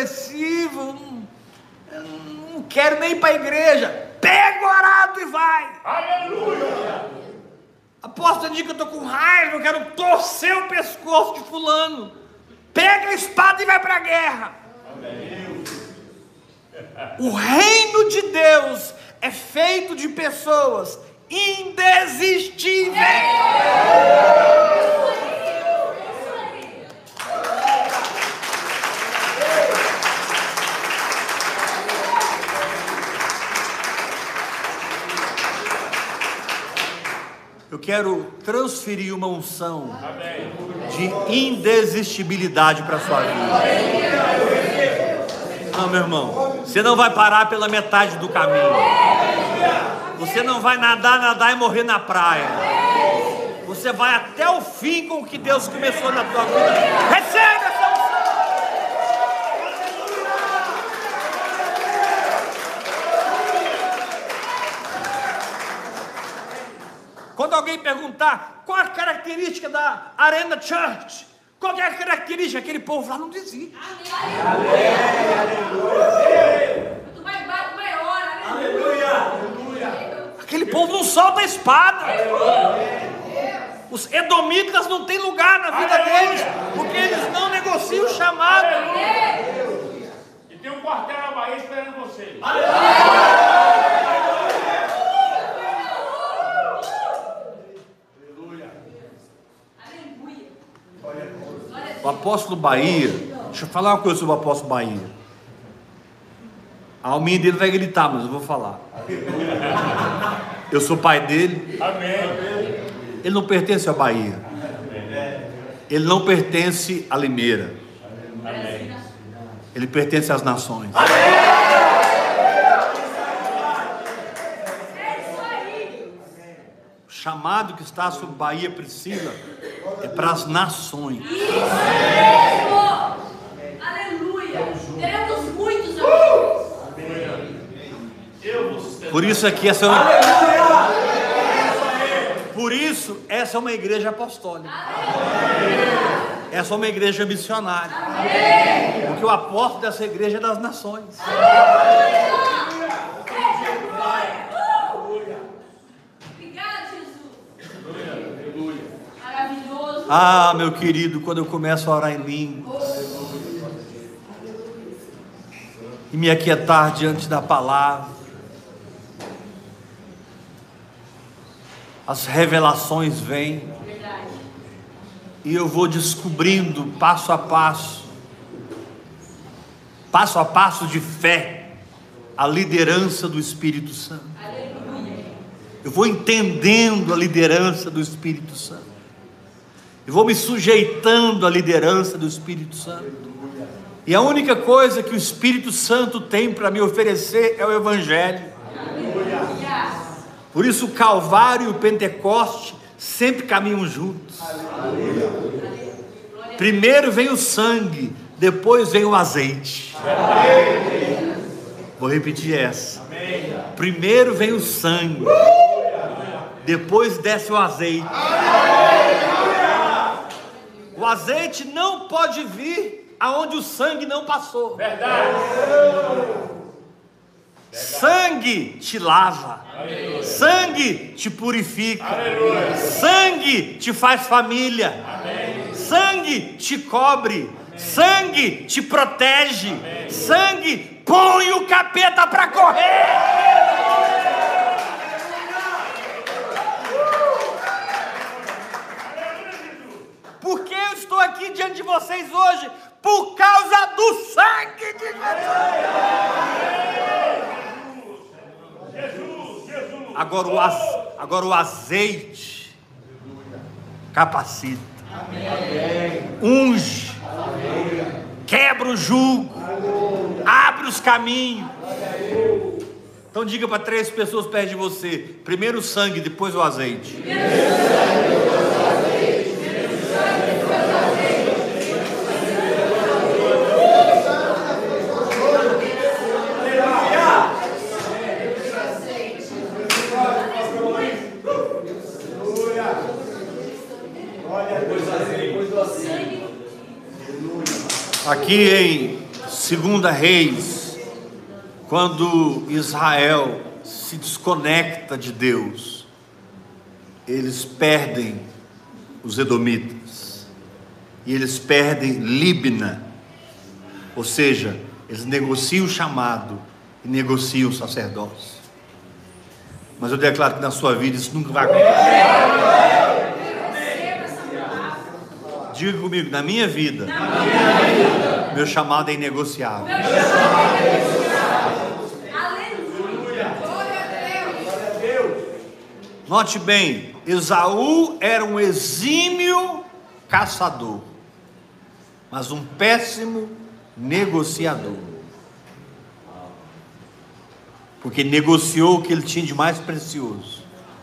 Eu não quero nem ir para a igreja. Pega o arado e vai. Aleluia. Apóstolo, tem dia que eu estou com raiva. Eu quero torcer o pescoço de fulano. Pega a espada e vai para a guerra. Amém. O reino de Deus é feito de pessoas indesistíveis. Eu quero transferir uma unção de indesistibilidade para a sua vida. Não, meu irmão, você não vai parar pela metade do caminho. Você não vai nadar e morrer na praia. Você vai até o fim com o que Deus começou na tua vida. Recebe essa unção. Quando alguém perguntar qual a característica da Arena Church, qual é a característica? Aquele povo lá não desiste. Quanto mais baixo, maior. Aleluia. Aquele povo não solta a espada. Os edomitas não têm lugar na vida deles, porque eles não negociam o chamado. E tem um quartel na Bahia esperando você. O apóstolo Bahia, deixa eu falar uma coisa sobre o apóstolo Bahia. A alminha dele vai gritar, mas eu vou falar. Eu sou pai dele. Amém. Ele não pertence à Bahia. Ele não pertence a Limeira. Ele pertence às nações. O chamado que está sobre Bahia, Priscila, é para as nações. Aleluia. Por isso aqui Por isso essa é uma igreja apostólica. Essa é uma igreja missionária. Porque o apóstolo dessa igreja é das nações. Obrigada, Jesus. Maravilhoso. Ah, meu querido, quando eu começo a orar em línguas e me aquietar diante da palavra, as revelações vêm. Verdade. E eu vou descobrindo passo a passo de fé, a liderança do Espírito Santo. Aleluia. Eu vou entendendo a liderança do Espírito Santo. Eu vou me sujeitando à liderança do Espírito Santo. E a única coisa que o Espírito Santo tem para me oferecer é o Evangelho. Por isso o Calvário e o Pentecoste sempre caminham juntos. Primeiro vem o sangue, depois vem o azeite. Vou repetir essa. Primeiro vem o sangue, depois desce o azeite. O azeite não pode vir aonde o sangue não passou. Verdade. Sangue te lava. Aleluia. Sangue te purifica. Aleluia. Sangue te faz família. Amém. Sangue te cobre. Amém. Sangue te protege. Amém. Sangue põe o capeta para correr. Por que eu estou aqui diante de vocês hoje? Por causa do sangue de Jesus. Agora o azeite capacita, unge, quebra o jugo, abre os caminhos. Então diga para 3 pessoas perto de você: primeiro o sangue, depois o azeite. Aqui em 2 Reis, quando Israel se desconecta de Deus, eles perdem os edomitas, e eles perdem Líbna, ou seja, eles negociam o chamado e negociam o sacerdócio. Mas eu declaro que na sua vida isso nunca vai acontecer. Diga comigo: na minha vida, meu chamado é inegociável. Note bem, Esaú era um exímio caçador, mas um péssimo negociador, porque negociou o que ele tinha de mais precioso: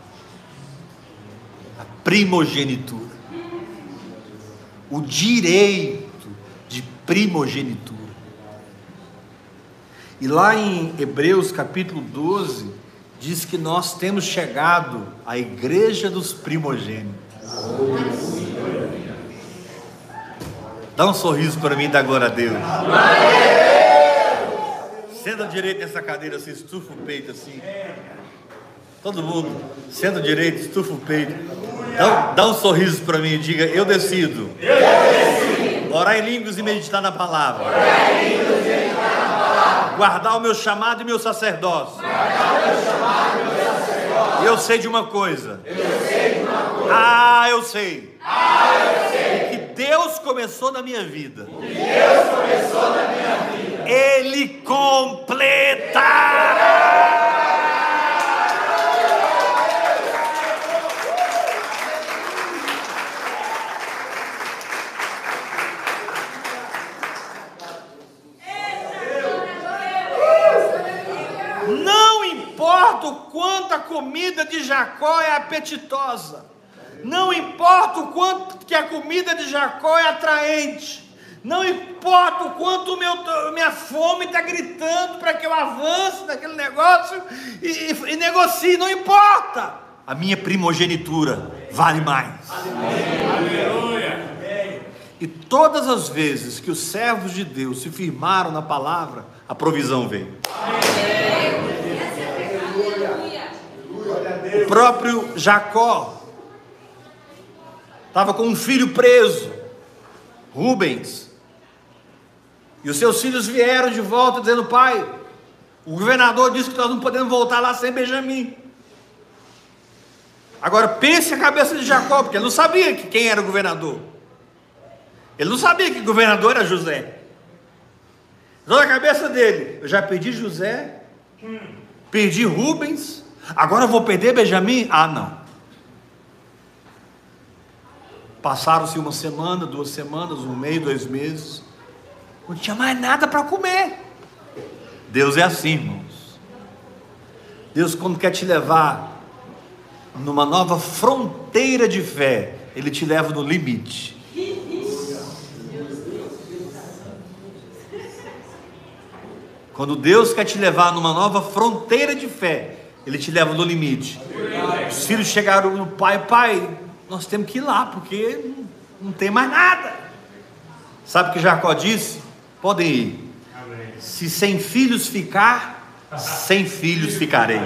a primogenitura, o direito de primogenitura. E lá em Hebreus capítulo 12 diz que nós temos chegado à igreja dos primogênitos. Dá um sorriso para mim e dá glória a Deus. Senta direito nessa cadeira assim, estufa o peito assim. Todo mundo, senta direito, estufa o peito. Dá um sorriso para mim e diga: eu decido. Orar em línguas e meditar na palavra. Guardar o meu chamado e meu sacerdócio. E eu sei de uma coisa. Eu sei. Que Deus começou na minha vida. Ele completará. Não importa o quanto a comida de Jacó é apetitosa, não importa o quanto que a comida de Jacó é atraente, Não importa o quanto minha fome está gritando para que eu avance naquele negócio e negocie, não importa. A minha primogenitura vale mais. Aleluia. E todas as vezes que os servos de Deus se firmaram na palavra, a provisão veio. O próprio Jacó estava com um filho preso, Rubens, e os seus filhos vieram de volta dizendo: pai, o governador disse que nós não podemos voltar lá sem Benjamim. Agora pense a cabeça de Jacó, porque ele não sabia quem era o governador. Ele não sabia que o governador era José. Então na cabeça dele: eu já perdi José, perdi Rubens, agora eu vou perder Benjamim? Ah, não. Passaram-se uma semana, 2 semanas, 1 mês, 2 meses, não tinha mais nada para comer. Deus é assim, irmãos. Deus, quando quer te levar numa nova fronteira de fé, Ele te leva no limite. Quando Deus quer te levar numa nova fronteira de fé, Ele te leva no limite. Os filhos chegaram no pai: pai, nós temos que ir lá, porque não tem mais nada. Sabe o que Jacó disse? Podem ir. Se sem filhos ficar, sem filhos ficarei.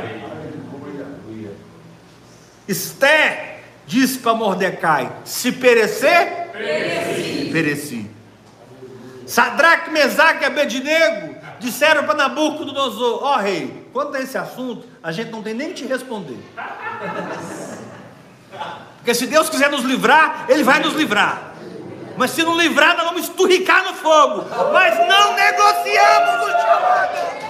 Esther disse para Mordecai: se perecer, pereci. Sadraque, Mesaque e Abednego disseram para Nabucodonosor: ó rei, quanto a esse assunto, a gente não tem nem que te responder. Porque se Deus quiser nos livrar, Ele vai nos livrar. Mas se não livrar, nós vamos esturricar no fogo. Mas não negociamos o chamado.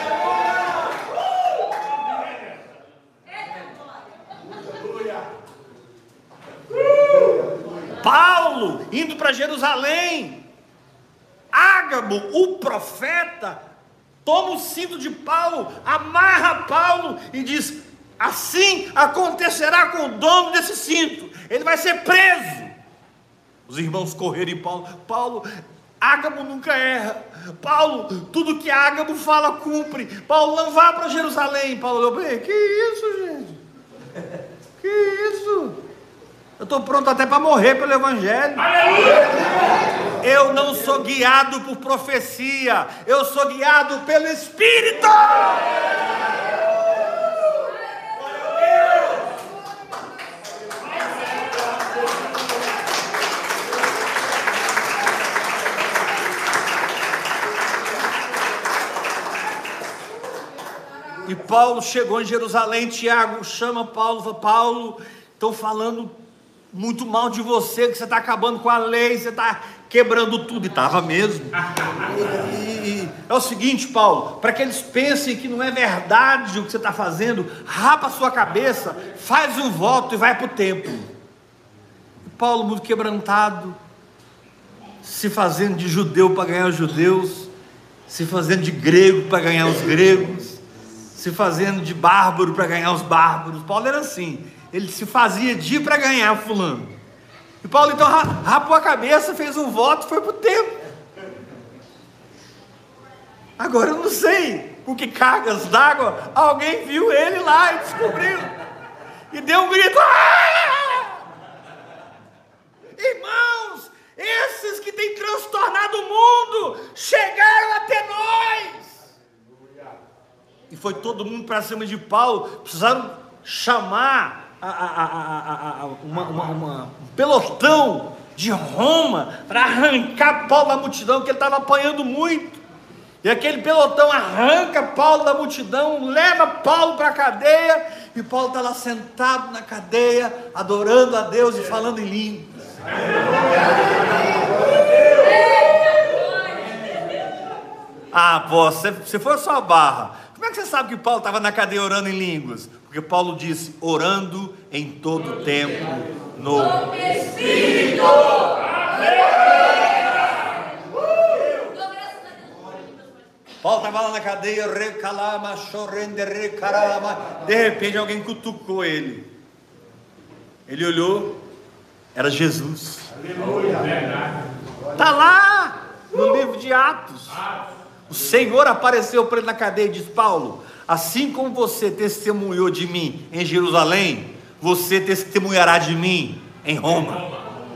Paulo indo para Jerusalém, Ágabo, o profeta, toma o cinto de Paulo, amarra Paulo e diz: assim acontecerá com o dono desse cinto, ele vai ser preso. Os irmãos correram em Paulo, Ágabo nunca erra. Paulo, tudo que Ágabo fala cumpre. Paulo, não vá para Jerusalém. Paulo olhou bem: que isso, gente? Que isso? Eu estou pronto até para morrer pelo Evangelho. Aleluia! Eu não sou guiado por profecia, eu sou guiado pelo Espírito. E Paulo chegou em Jerusalém. Tiago chama Paulo e fala: Paulo, estão falando muito mal de você, que você está acabando com a lei, você está quebrando tudo. E estava mesmo. E é o seguinte, Paulo, para que eles pensem que não é verdade o que você está fazendo, rapa a sua cabeça, faz um voto e vai para o templo. E Paulo, muito quebrantado, se fazendo de judeu para ganhar os judeus, se fazendo de grego para ganhar os gregos, se fazendo de bárbaro para ganhar os bárbaros. Paulo era assim, ele se fazia de para ganhar fulano. E Paulo então rapou a cabeça, fez um voto e foi para o templo. Agora eu não sei com que cargas d'água alguém viu ele lá e descobriu, e deu um grito: ah! Irmãos, esses que têm transtornado o mundo chegaram até nós. E foi todo mundo para cima de Paulo. Precisaram chamar um pelotão de Roma para arrancar Paulo da multidão, porque ele estava apanhando muito. E aquele pelotão arranca Paulo da multidão, leva Paulo para a cadeia, e Paulo está lá sentado na cadeia, adorando a Deus e falando em línguas. Ah, pô, se for só barra, como é que você sabe que Paulo estava na cadeia orando em línguas? Porque Paulo disse: orando em todo tempo no Espírito. Paulo estava lá na cadeia, de repente alguém cutucou ele. Ele olhou, era Jesus. Está lá, no livro de Atos. O Senhor apareceu para ele na cadeia e disse: Paulo, assim como você testemunhou de mim em Jerusalém, você testemunhará de mim em Roma.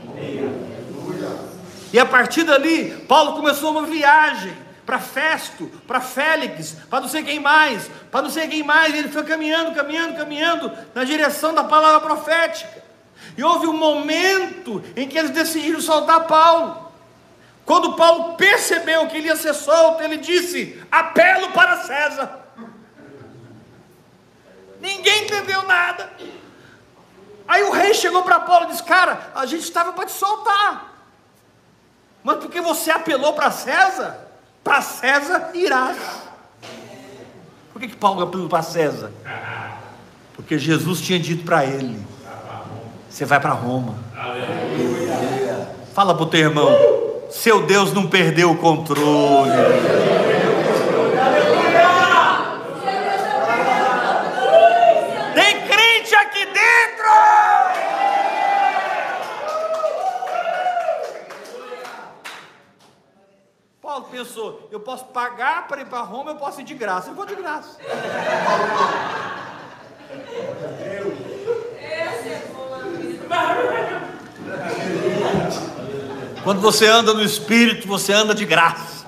E a partir dali, Paulo começou uma viagem para Festo, para Félix, para não sei quem mais, ele foi caminhando na direção da palavra profética. E houve um momento em que eles decidiram soltar Paulo. Quando Paulo percebeu que ele ia ser solto, ele disse: apelo para César. Ninguém entendeu nada. Aí o rei chegou para Paulo e disse: cara, a gente estava para te soltar, mas porque você apelou para César irás. Por que Paulo apelou para César? Porque Jesus tinha dito para ele: você vai para Roma. Fala para o teu irmão: seu Deus não perdeu o controle. Tem crente aqui dentro. Paulo pensou: eu posso pagar para ir para Roma, eu posso ir de graça. Eu vou de graça. Quando você anda no Espírito, você anda de graça.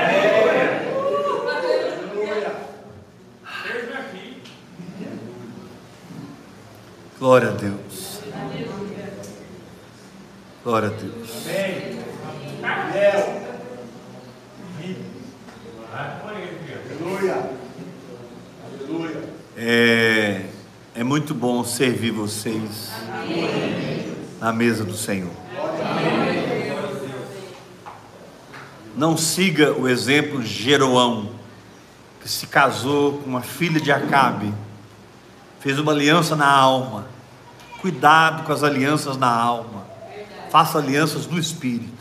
Glória a Deus. Glória a Deus. É muito bom servir vocês na mesa do Senhor. Não siga o exemplo de Jeroão, que se casou com uma filha de Acabe, fez uma aliança na alma. Cuidado com as alianças na alma, faça alianças no Espírito.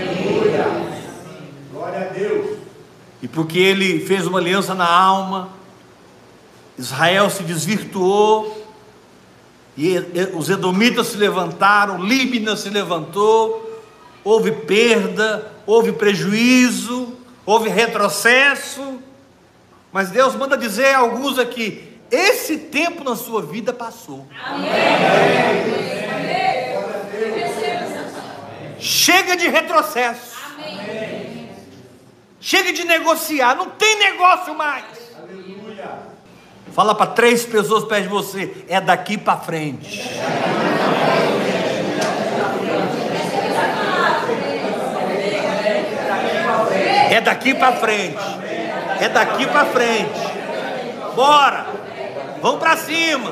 Glória a Deus. E porque ele fez uma aliança na alma, Israel se desvirtuou, e os edomitas se levantaram, Líbina se levantou, houve perda, houve prejuízo, houve retrocesso. Mas Deus manda dizer a alguns aqui: esse tempo na sua vida passou. Amém. Chega de retrocesso. Amém. Chega de negociar, não tem negócio mais. Fala para 3 pessoas perto de você: é daqui para frente. É daqui para frente. É daqui para frente. Bora. Vamos para cima.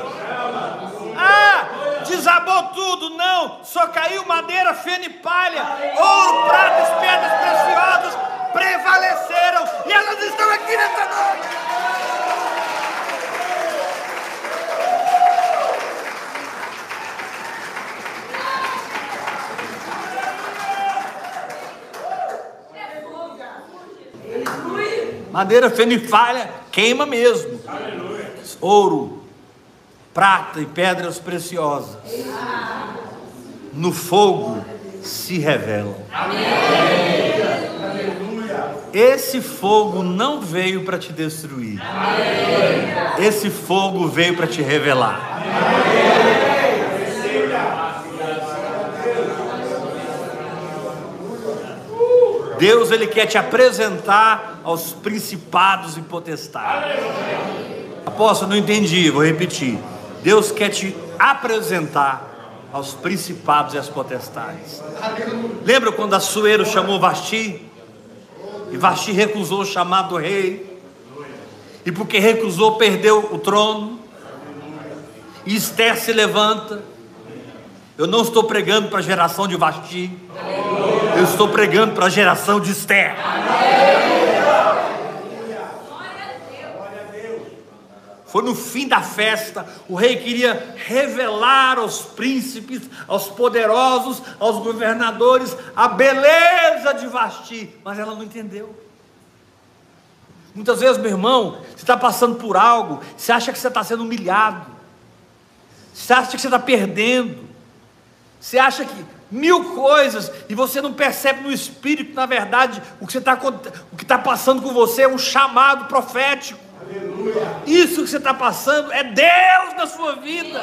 Desabou tudo. Não. Só caiu madeira, feno e palha. Ouro, prata e pedras preciosas prevaleceram. E elas estão aqui nessa noite. Madeira, feno e palha queima mesmo. Aleluia. Ouro, prata e pedras preciosas no fogo se revelam. Amém. Esse fogo não veio para te destruir. Amém. Esse fogo veio para te revelar. Amém. Deus, Ele quer te apresentar aos principados e potestades. Apóstolo, não entendi, vou repetir. Deus quer te apresentar aos principados e às potestades. Lembra quando Assuero chamou Vasti? E Vasti recusou o chamado do rei. E porque recusou, perdeu o trono. E Esther se levanta. Eu não estou pregando para a geração de Vasti. Eu estou pregando para a geração de Esther. Foi no fim da festa, o rei queria revelar aos príncipes, aos poderosos, aos governadores, a beleza de Vasti, mas ela não entendeu. Muitas vezes, meu irmão, você está passando por algo, você acha que você está sendo humilhado, você acha que você está perdendo, Você acha que 1000 coisas e você não percebe no espírito que na verdade o que está passando com você é um chamado profético. Aleluia. Isso que você está passando é Deus na sua vida.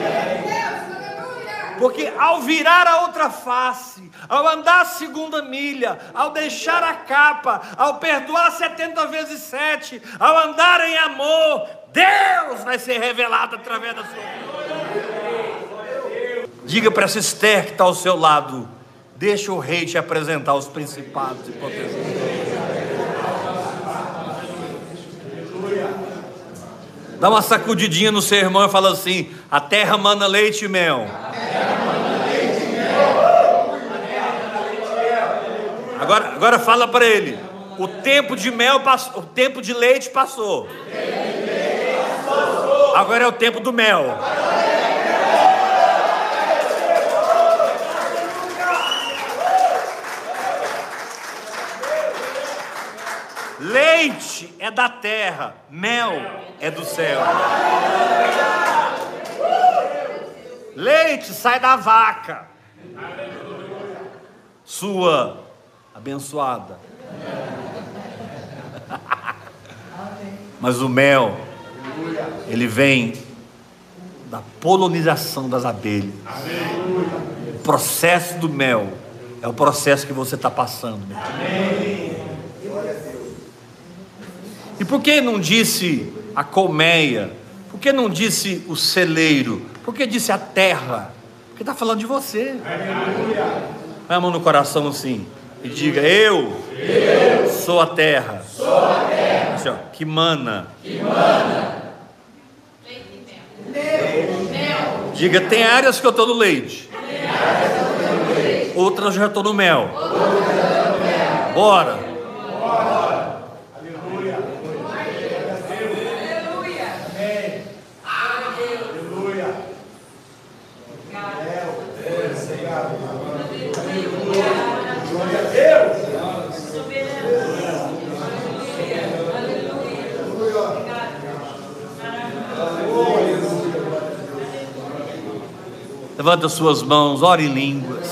Porque ao virar a outra face, ao andar a segunda milha, ao deixar a capa, ao perdoar 70 vezes 7, ao andar em amor, Deus vai ser revelado através da sua vida. Diga para essa Esther que está ao seu lado: deixa o rei te apresentar os principados e potestades. Dá uma sacudidinha no seu irmão e fala assim: a terra mana leite e mel. Agora fala para ele: o tempo de mel passou, o tempo de leite passou. Agora é o tempo do mel. Leite é da terra, mel é do céu. Leite sai da vaca, sua abençoada. Mas o mel, ele vem da polinização das abelhas. O processo do mel é o processo que você está passando. E por que não disse a colmeia? Por que não disse o celeiro? Por que disse a terra? Porque está falando de você. Põe a mão no coração assim e diga: eu sou a terra, assim, ó, que mana. Diga: tem áreas que eu estou no leite, outras já estou no mel. Bora. Levanta suas mãos, ore em línguas.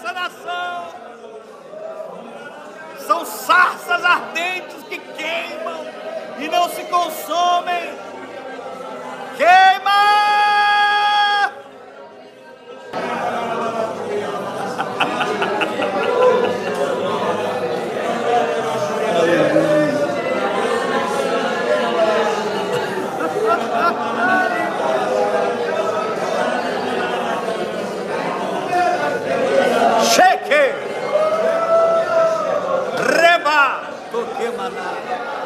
essa nação. São sarças ardentes que queimam e não se consomem. Queima! Cheque! Reba! Toque maná.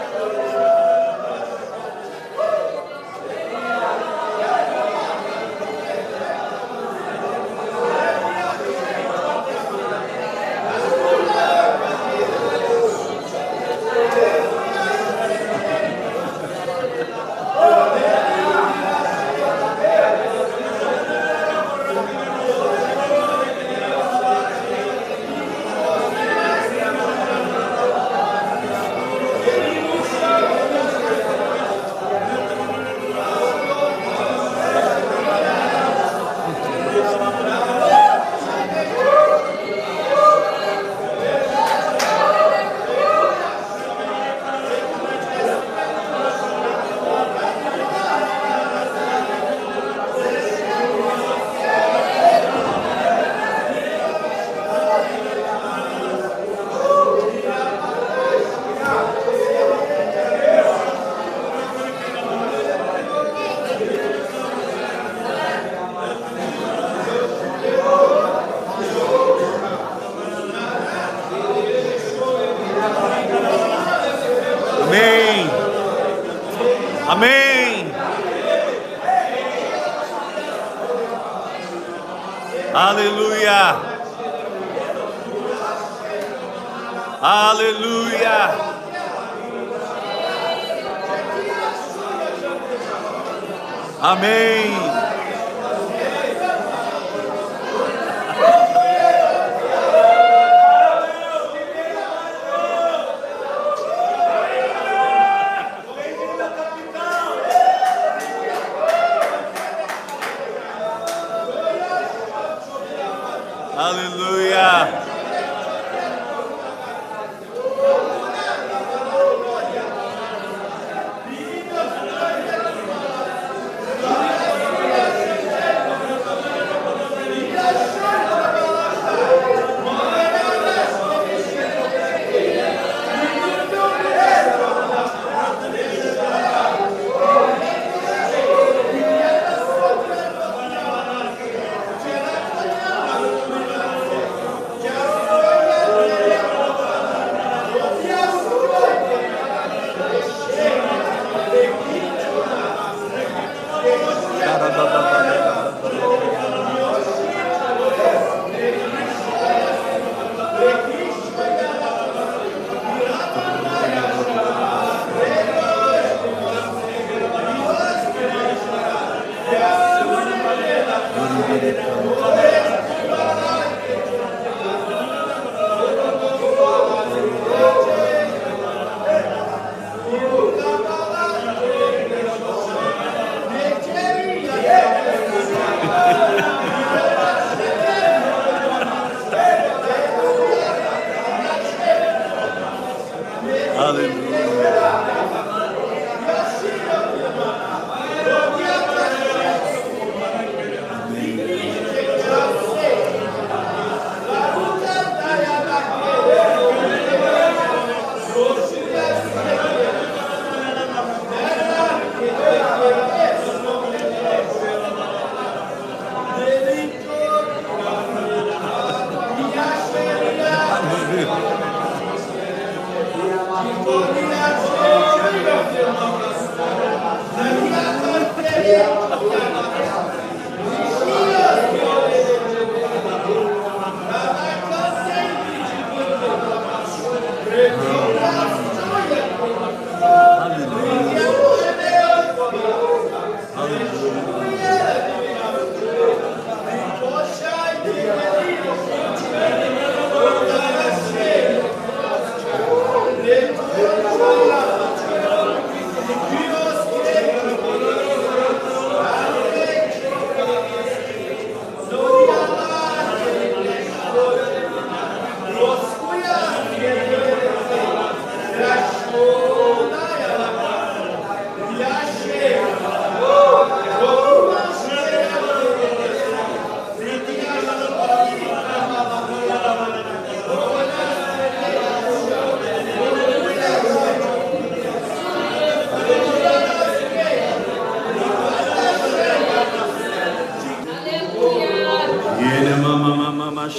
Amém. Aleluia. Aleluia. Amém. Aleluia.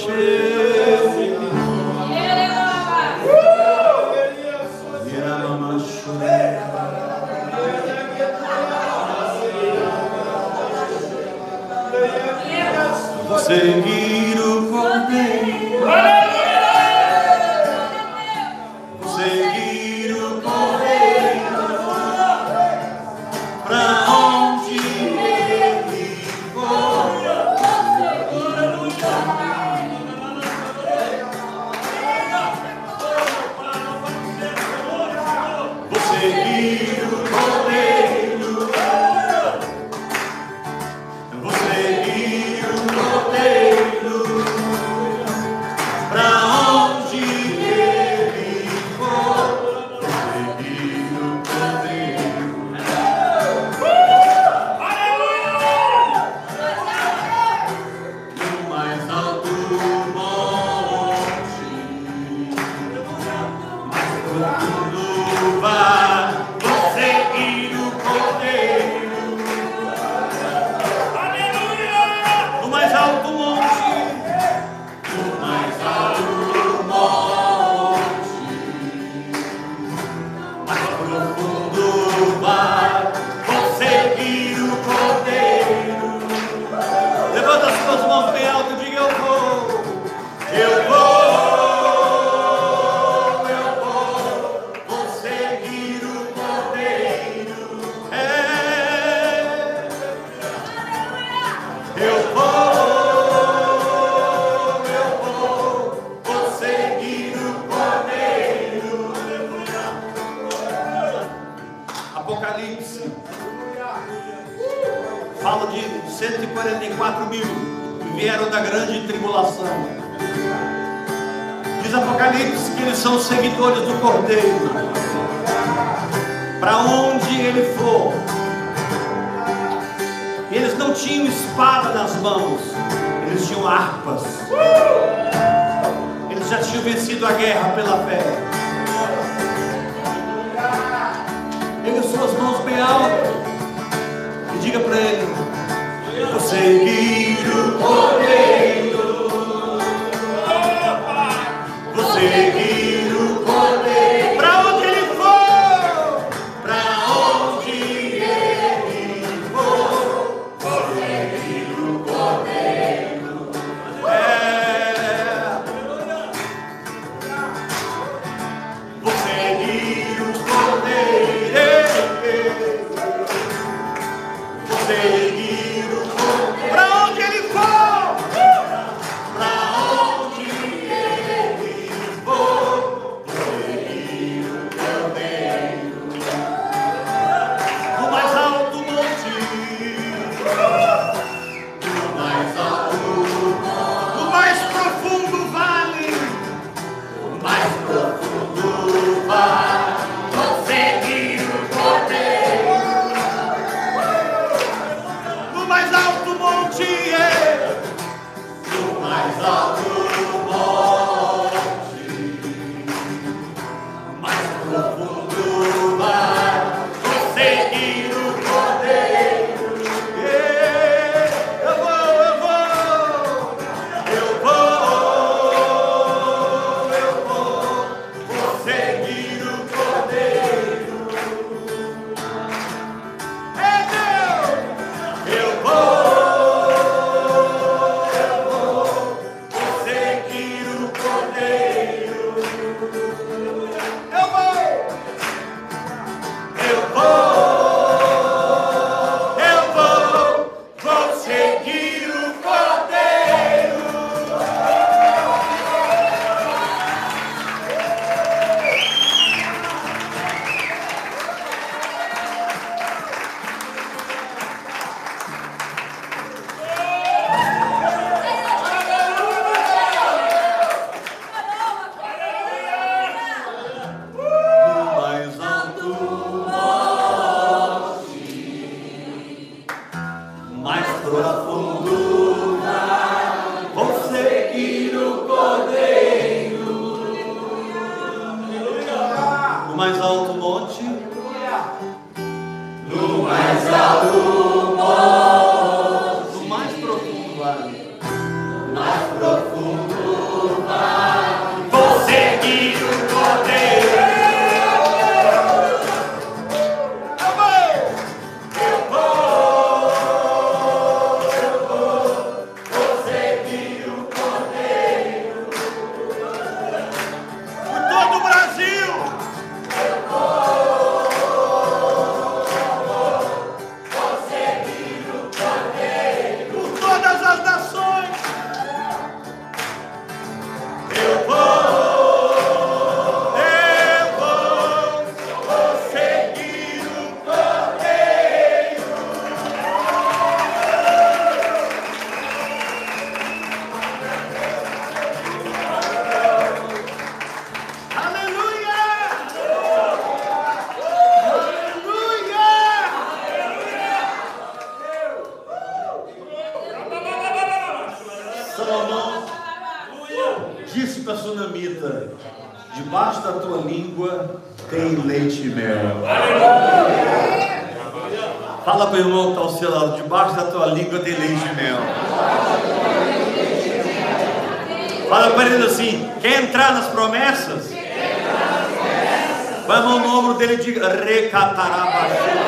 Seguir o Cordeiro, seguir o Cordeiro, pra onde ele for. Vou seguir o Cordeiro, vou seguir o Cordeiro, pra onde ele for. Vou seguir o Cordeiro. No mais alto monte, mais profundo vale. Vou seguir o Cordeiro. No mais alto monte, no mais alto monte, mais profundo vale. Vou seguir o Cordeiro. Levanta as suas mãos bem alto e diga: eu vou, eu vou, eu vou seguir o Cordeiro. Eu vou seguir o Cordeiro. Apocalipse fala de 144 mil que vieram da grande tribulação. Diz Apocalipse que eles são seguidores do Cordeiro. Para onde ele for, eles não tinham espada nas mãos, eles tinham harpas. Eles já tinham vencido a guerra pela fé. Pegue suas mãos bem alto e diga para ele: vou seguir o Cordeiro, vou seguir o Cordeiro. Para onde ele for, para onde ele for, vou seguir o Cordeiro. Vou seguir o Cordeiro. Vou seguir o Cordeiro. Para onde ele for, para onde ele for, vou seguir o Cordeiro. No mais alto monte, no mais alto monte, no mais profundo vale, no mais profundo vale, vou seguir o Cordeiro. No mais alto monte, no mais alto monte, mais profundo vale, vou seguir o Cordeiro. Eu vou, vou seguir o Cordeiro. É Deus! Eu vou seguir o Cordeiro. Eu vou seguir o Cordeiro. No mais alto monte, mais profundo vale, vou seguir o Cordeiro. No mais alto monte, no mais alto monte, no mais profundo vale, mais profundo Salomão disse para a sunamita: debaixo da tua língua tem leite e mel. Fala para o irmão que está ao seu lado: debaixo da tua língua tem leite e mel. Fala para ele assim: quer entrar nas promessas? Vai a mão no ombro dele e diga: recatarabachê.